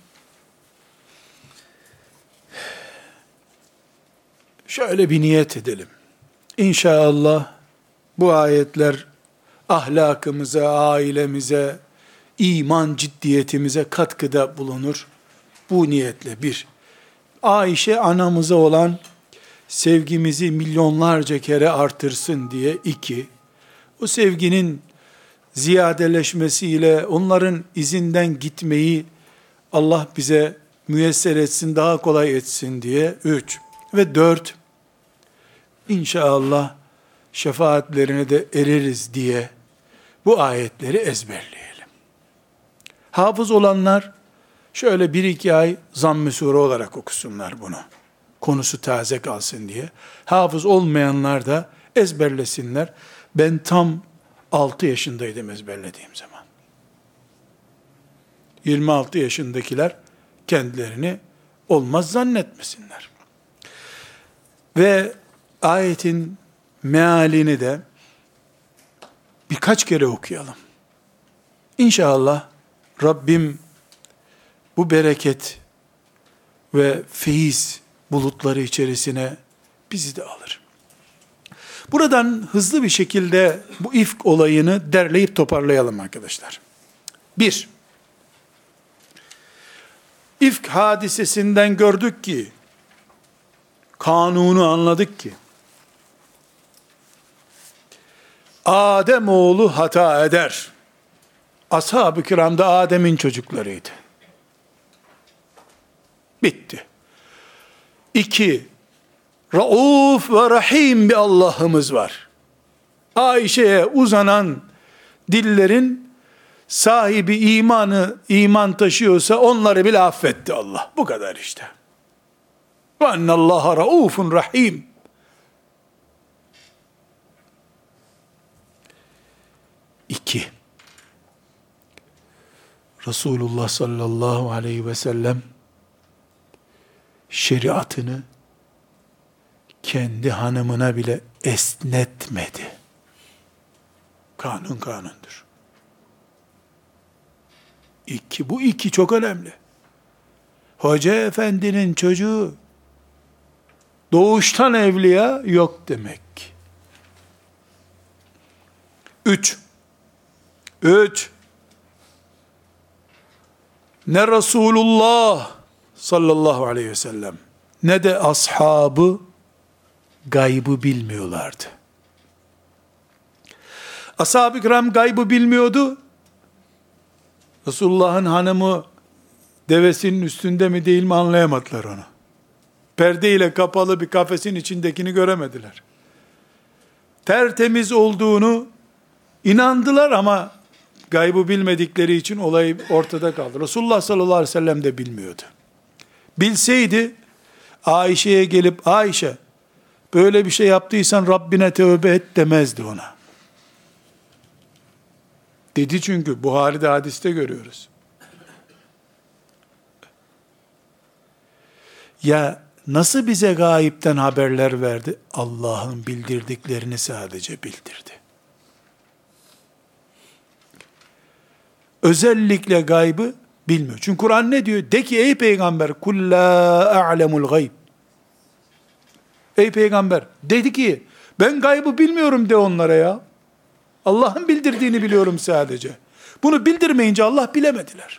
A: şöyle bir niyet edelim. İnşallah bu ayetler ahlakımıza, ailemize, iman ciddiyetimize katkıda bulunur. Bu niyetle bir, Ayşe anamıza olan sevgimizi milyonlarca kere artırsın diye. İki, o sevginin ziyadeleşmesiyle onların izinden gitmeyi Allah bize müyesser etsin, daha kolay etsin diye. Üç ve dört, İnşallah şefaatlerine de ereriz diye bu ayetleri ezberleyelim. Hafız olanlar şöyle bir iki ay zamm-ı sure olarak okusunlar bunu. Konusu taze kalsın diye. Hafız olmayanlar da ezberlesinler. Ben tam 6 yaşındaydım ezberlediğim zaman. 26 yaşındakiler kendilerini olmaz zannetmesinler. Ve ayetin mealini de birkaç kere okuyalım. İnşallah Rabbim bu bereket ve feyiz bulutları içerisine bizi de alır. Buradan hızlı bir şekilde bu ifk olayını derleyip toparlayalım arkadaşlar. 1. İfk hadisesinden gördük ki, kanunu anladık ki, Ademoğlu hata eder. Ashab-ı kiram da Adem'in çocuklarıydı. Bitti. 2. Rauf ve Rahim bir Allah'ımız var. Ayşe'ye uzanan dillerin sahibi iman taşıyorsa onları bile affetti Allah. Bu kadar işte. Ve ennallaha raufun rahim. 2. Resulullah sallallahu aleyhi ve sellem şeriatını kendi hanımına bile esnetmedi. Kanun kanundur. 2. Bu 2 çok önemli. Hoca efendinin çocuğu doğuştan evliya yok demek. 3. Ne Resulullah sallallahu aleyhi ve sellem ne de ashabı gaybı bilmiyorlardı. Ashab-ı kiram gaybı bilmiyordu. Resulullah'ın hanımı devesinin üstünde mi değil mi anlayamadılar onu. Perdeyle kapalı bir kafesin içindekini göremediler. Tertemiz olduğunu inandılar ama gaybı bilmedikleri için olay ortada kaldı. Resulullah sallallahu aleyhi ve sellem de bilmiyordu. Bilseydi Ayşe'ye gelip Ayşe böyle bir şey yaptıysan Rabbine tövbe et demezdi ona. Dedi çünkü Buhari'de hadiste görüyoruz. Ya nasıl bize gayipten haberler verdi? Allah'ın bildirdiklerini sadece bildirdi. Özellikle gaybı bilmiyor. Çünkü Kur'an ne diyor? De ki ey peygamber kul la a'lemul gayb. Ey peygamber dedi ki ben gaybı bilmiyorum de onlara ya. Allah'ın bildirdiğini biliyorum sadece. Bunu bildirmeyince Allah bilemediler.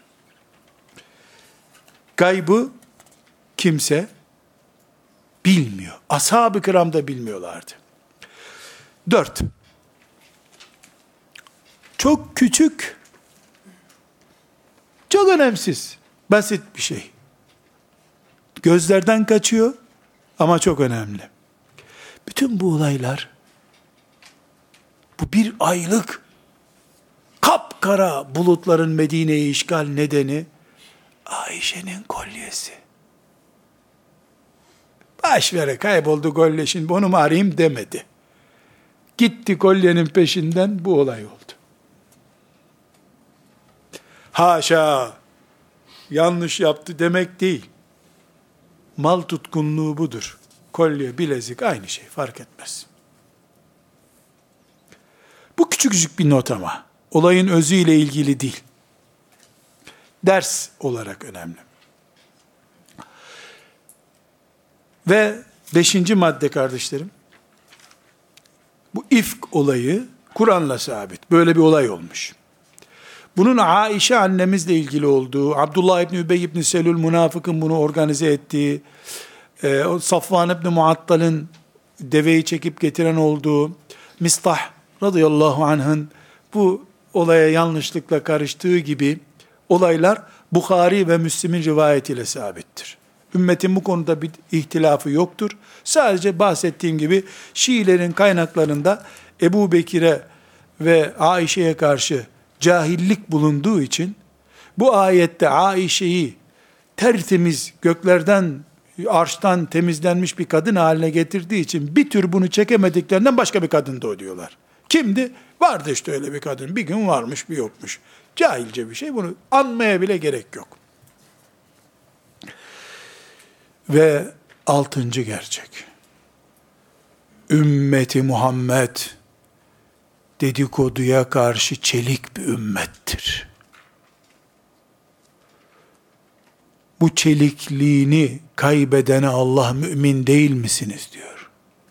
A: Gaybı kimse bilmiyor. Ashab-ı kiram da bilmiyorlardı. 4. Çok küçük, çok önemsiz, basit bir şey. Gözlerden kaçıyor ama çok önemli. Bütün bu olaylar, bu bir aylık kapkara bulutların Medine'yi işgal nedeni Ayşe'nin kolyesi. Başvere kayboldu kolye, şimdi onu mu arayayım demedi. Gitti kolyenin peşinden, bu olay oldu. Haşa, yanlış yaptı demek değil. Mal tutkunluğu budur. Kolye, bilezik aynı şey, fark etmez. Bu küçücük bir not ama olayın özüyle ilgili değil. Ders olarak önemli. Ve 5. madde kardeşlerim, bu ifk olayı Kur'an'la sabit. Böyle bir olay olmuş. Bunun Aişe annemizle ilgili olduğu, Abdullah İbni Übey İbni Selül münafıkın bunu organize ettiği, Safvan İbni Muattal'ın deveyi çekip getiren olduğu, Mistah radıyallahu anh'ın bu olaya yanlışlıkla karıştığı gibi olaylar Bukhari ve Müslim'in rivayetiyle sabittir. Ümmetin bu konuda bir ihtilafı yoktur. Sadece bahsettiğim gibi Şiilerin kaynaklarında Ebu Bekir'e ve Aişe'ye karşı cahillik bulunduğu için bu ayette Aişe'yi tertemiz, göklerden, arştan temizlenmiş bir kadın haline getirdiği için bir tür bunu çekemediklerinden başka bir kadın doğuruyorlar. Kimdi? Vardı işte öyle bir kadın. Bir gün varmış, bir yokmuş. Cahilce bir şey. Bunu anmaya bile gerek yok. Ve 6. gerçek. Ümmeti Muhammed dedikoduya karşı çelik bir ümmettir. Bu çelikliğini kaybedene Allah mümin değil misiniz diyor.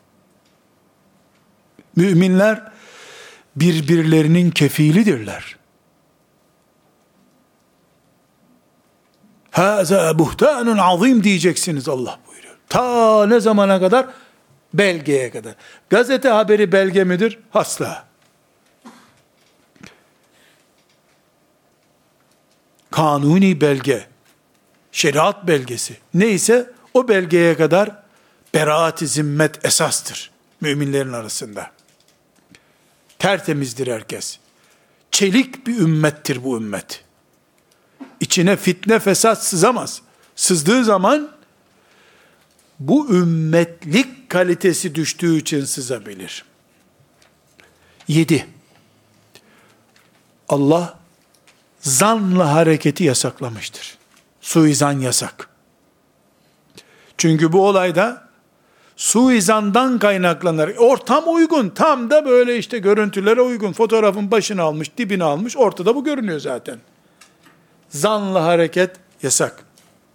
A: Müminler birbirlerinin kefilidirler. Hâzâ buhtanun azîm diyeceksiniz Allah buyuruyor. Ta ne zamana kadar? Belgeye kadar. Gazete haberi belge midir? Asla. Kanuni belge, şeriat belgesi neyse o belgeye kadar beraat-i zimmet esastır müminlerin arasında. Tertemizdir herkes. Çelik bir ümmettir bu ümmet. İçine fitne fesat sızamaz. Sızdığı zaman bu ümmetlik kalitesi düştüğü için sızabilir. 7. Allah zanla hareketi yasaklamıştır. Suizan yasak. Çünkü bu olayda suizandan kaynaklanır. Ortam uygun, tam da böyle işte görüntülere uygun. Fotoğrafın başını almış, dibini almış, ortada bu görünüyor zaten. Zanla hareket yasak.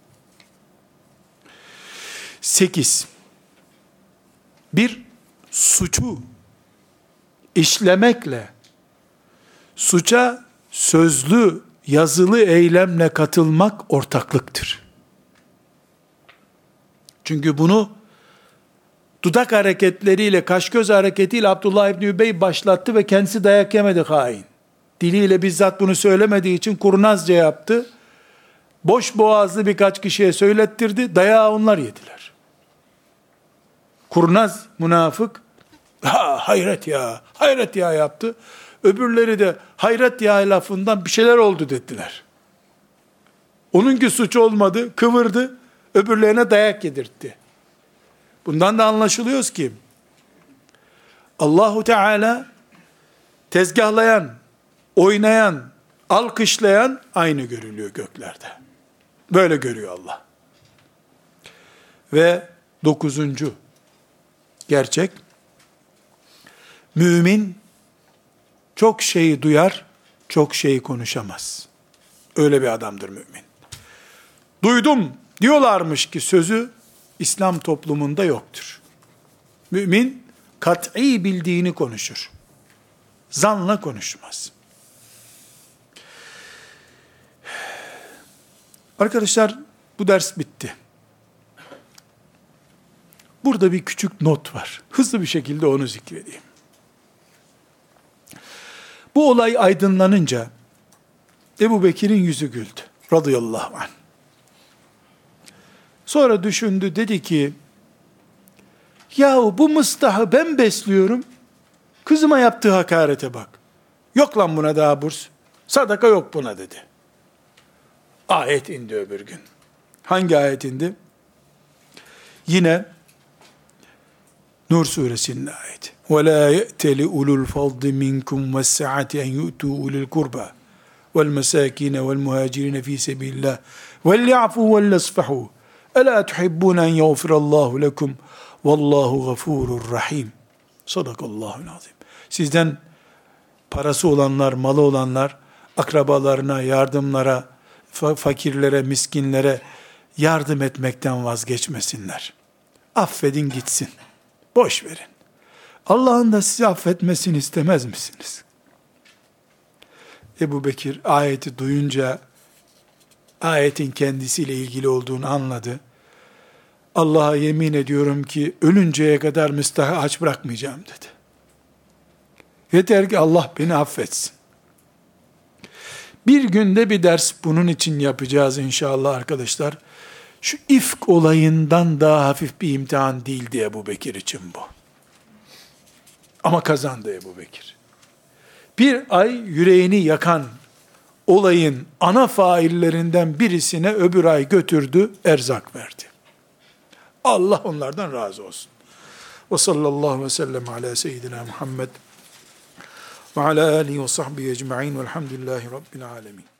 A: 8. Bir suçu işlemekle suça sözlü, yazılı eylemle katılmak ortaklıktır. Çünkü bunu dudak hareketleriyle, kaş göz hareketiyle Abdullah İbni Übey başlattı ve kendisi dayak yemedi hain. Diliyle bizzat bunu söylemediği için kurnazca yaptı. Boş boğazlı birkaç kişiye söylettirdi, dayağı onlar yediler. Kurnaz münafık, hayret ya, hayret ya yaptı. Öbürleri de hayret ya lafından bir şeyler oldu dediler. Onunki suç olmadı, kıvırdı, öbürlerine dayak yedirtti. Bundan da anlaşılıyor ki Allahu Teala tezgahlayan, oynayan, alkışlayan aynı görülüyor göklerde. Böyle görüyor Allah. Ve 9. gerçek, mümin çok şeyi duyar, çok şeyi konuşamaz. Öyle bir adamdır mümin. Duydum diyorlarmış ki sözü İslam toplumunda yoktur. Mümin kat'i bildiğini konuşur. Zanla konuşmaz. Arkadaşlar bu ders bitti. Burada bir küçük not var. Hızlı bir şekilde onu zikredeyim. Bu olay aydınlanınca Ebu Bekir'in yüzü güldü. Radıyallahu anh. Sonra düşündü, dedi ki, yahu bu Mıstah'ı ben besliyorum, kızıma yaptığı hakarete bak. Yok lan buna daha burs, sadaka yok buna dedi. Ayet indi öbür gün. Hangi ayet indi? Yine Nur suresinin ayeti. وَلَا يَأْتَلِ أُولُو الْفَضْلِ مِنْكُمْ وَالسَّعَةِ أَنْ يُؤْتُوا أُولِي الْقُرْبَى وَالْمَسَاكِينَ وَالْمُهَاجِرِينَ فِي سَبِيلِ اللّٰهِ وَلْيَعْفُوا وَلْيَصْفَحُوا أَلَا تُحِبُّونَ أَنْ يَغْفِرَ اللّٰهُ لَكُمْ وَاللّٰهُ غَفُورٌ رَحِيمٌ. Sadakallahu azim. Sizden parası olanlar, malı olanlar, akrabalarına, yardımlara, fakirlere, miskinlere yardım etmekten vazgeçmesinler. Affedin gitsin. Boş verin. Allah'ın da sizi affetmesini istemez misiniz? Ebu Bekir ayeti duyunca ayetin kendisiyle ilgili olduğunu anladı. Allah'a yemin ediyorum ki ölünceye kadar Mıstah'ı aç bırakmayacağım dedi. Yeter ki Allah beni affetsin. Bir günde bir ders bunun için yapacağız inşallah arkadaşlar. Şu ifk olayından daha hafif bir imtihan değildi Ebu Bekir için bu. Ama kazandı Ebu Bekir. Bir ay yüreğini yakan olayın ana faillerinden birisine öbür ay götürdü, erzak verdi. Allah onlardan razı olsun. Ve sallallahu ve sellem ala seyyidina Muhammed ve ala alihi ve sahbihi ecma'in velhamdülillahi rabbil alemin.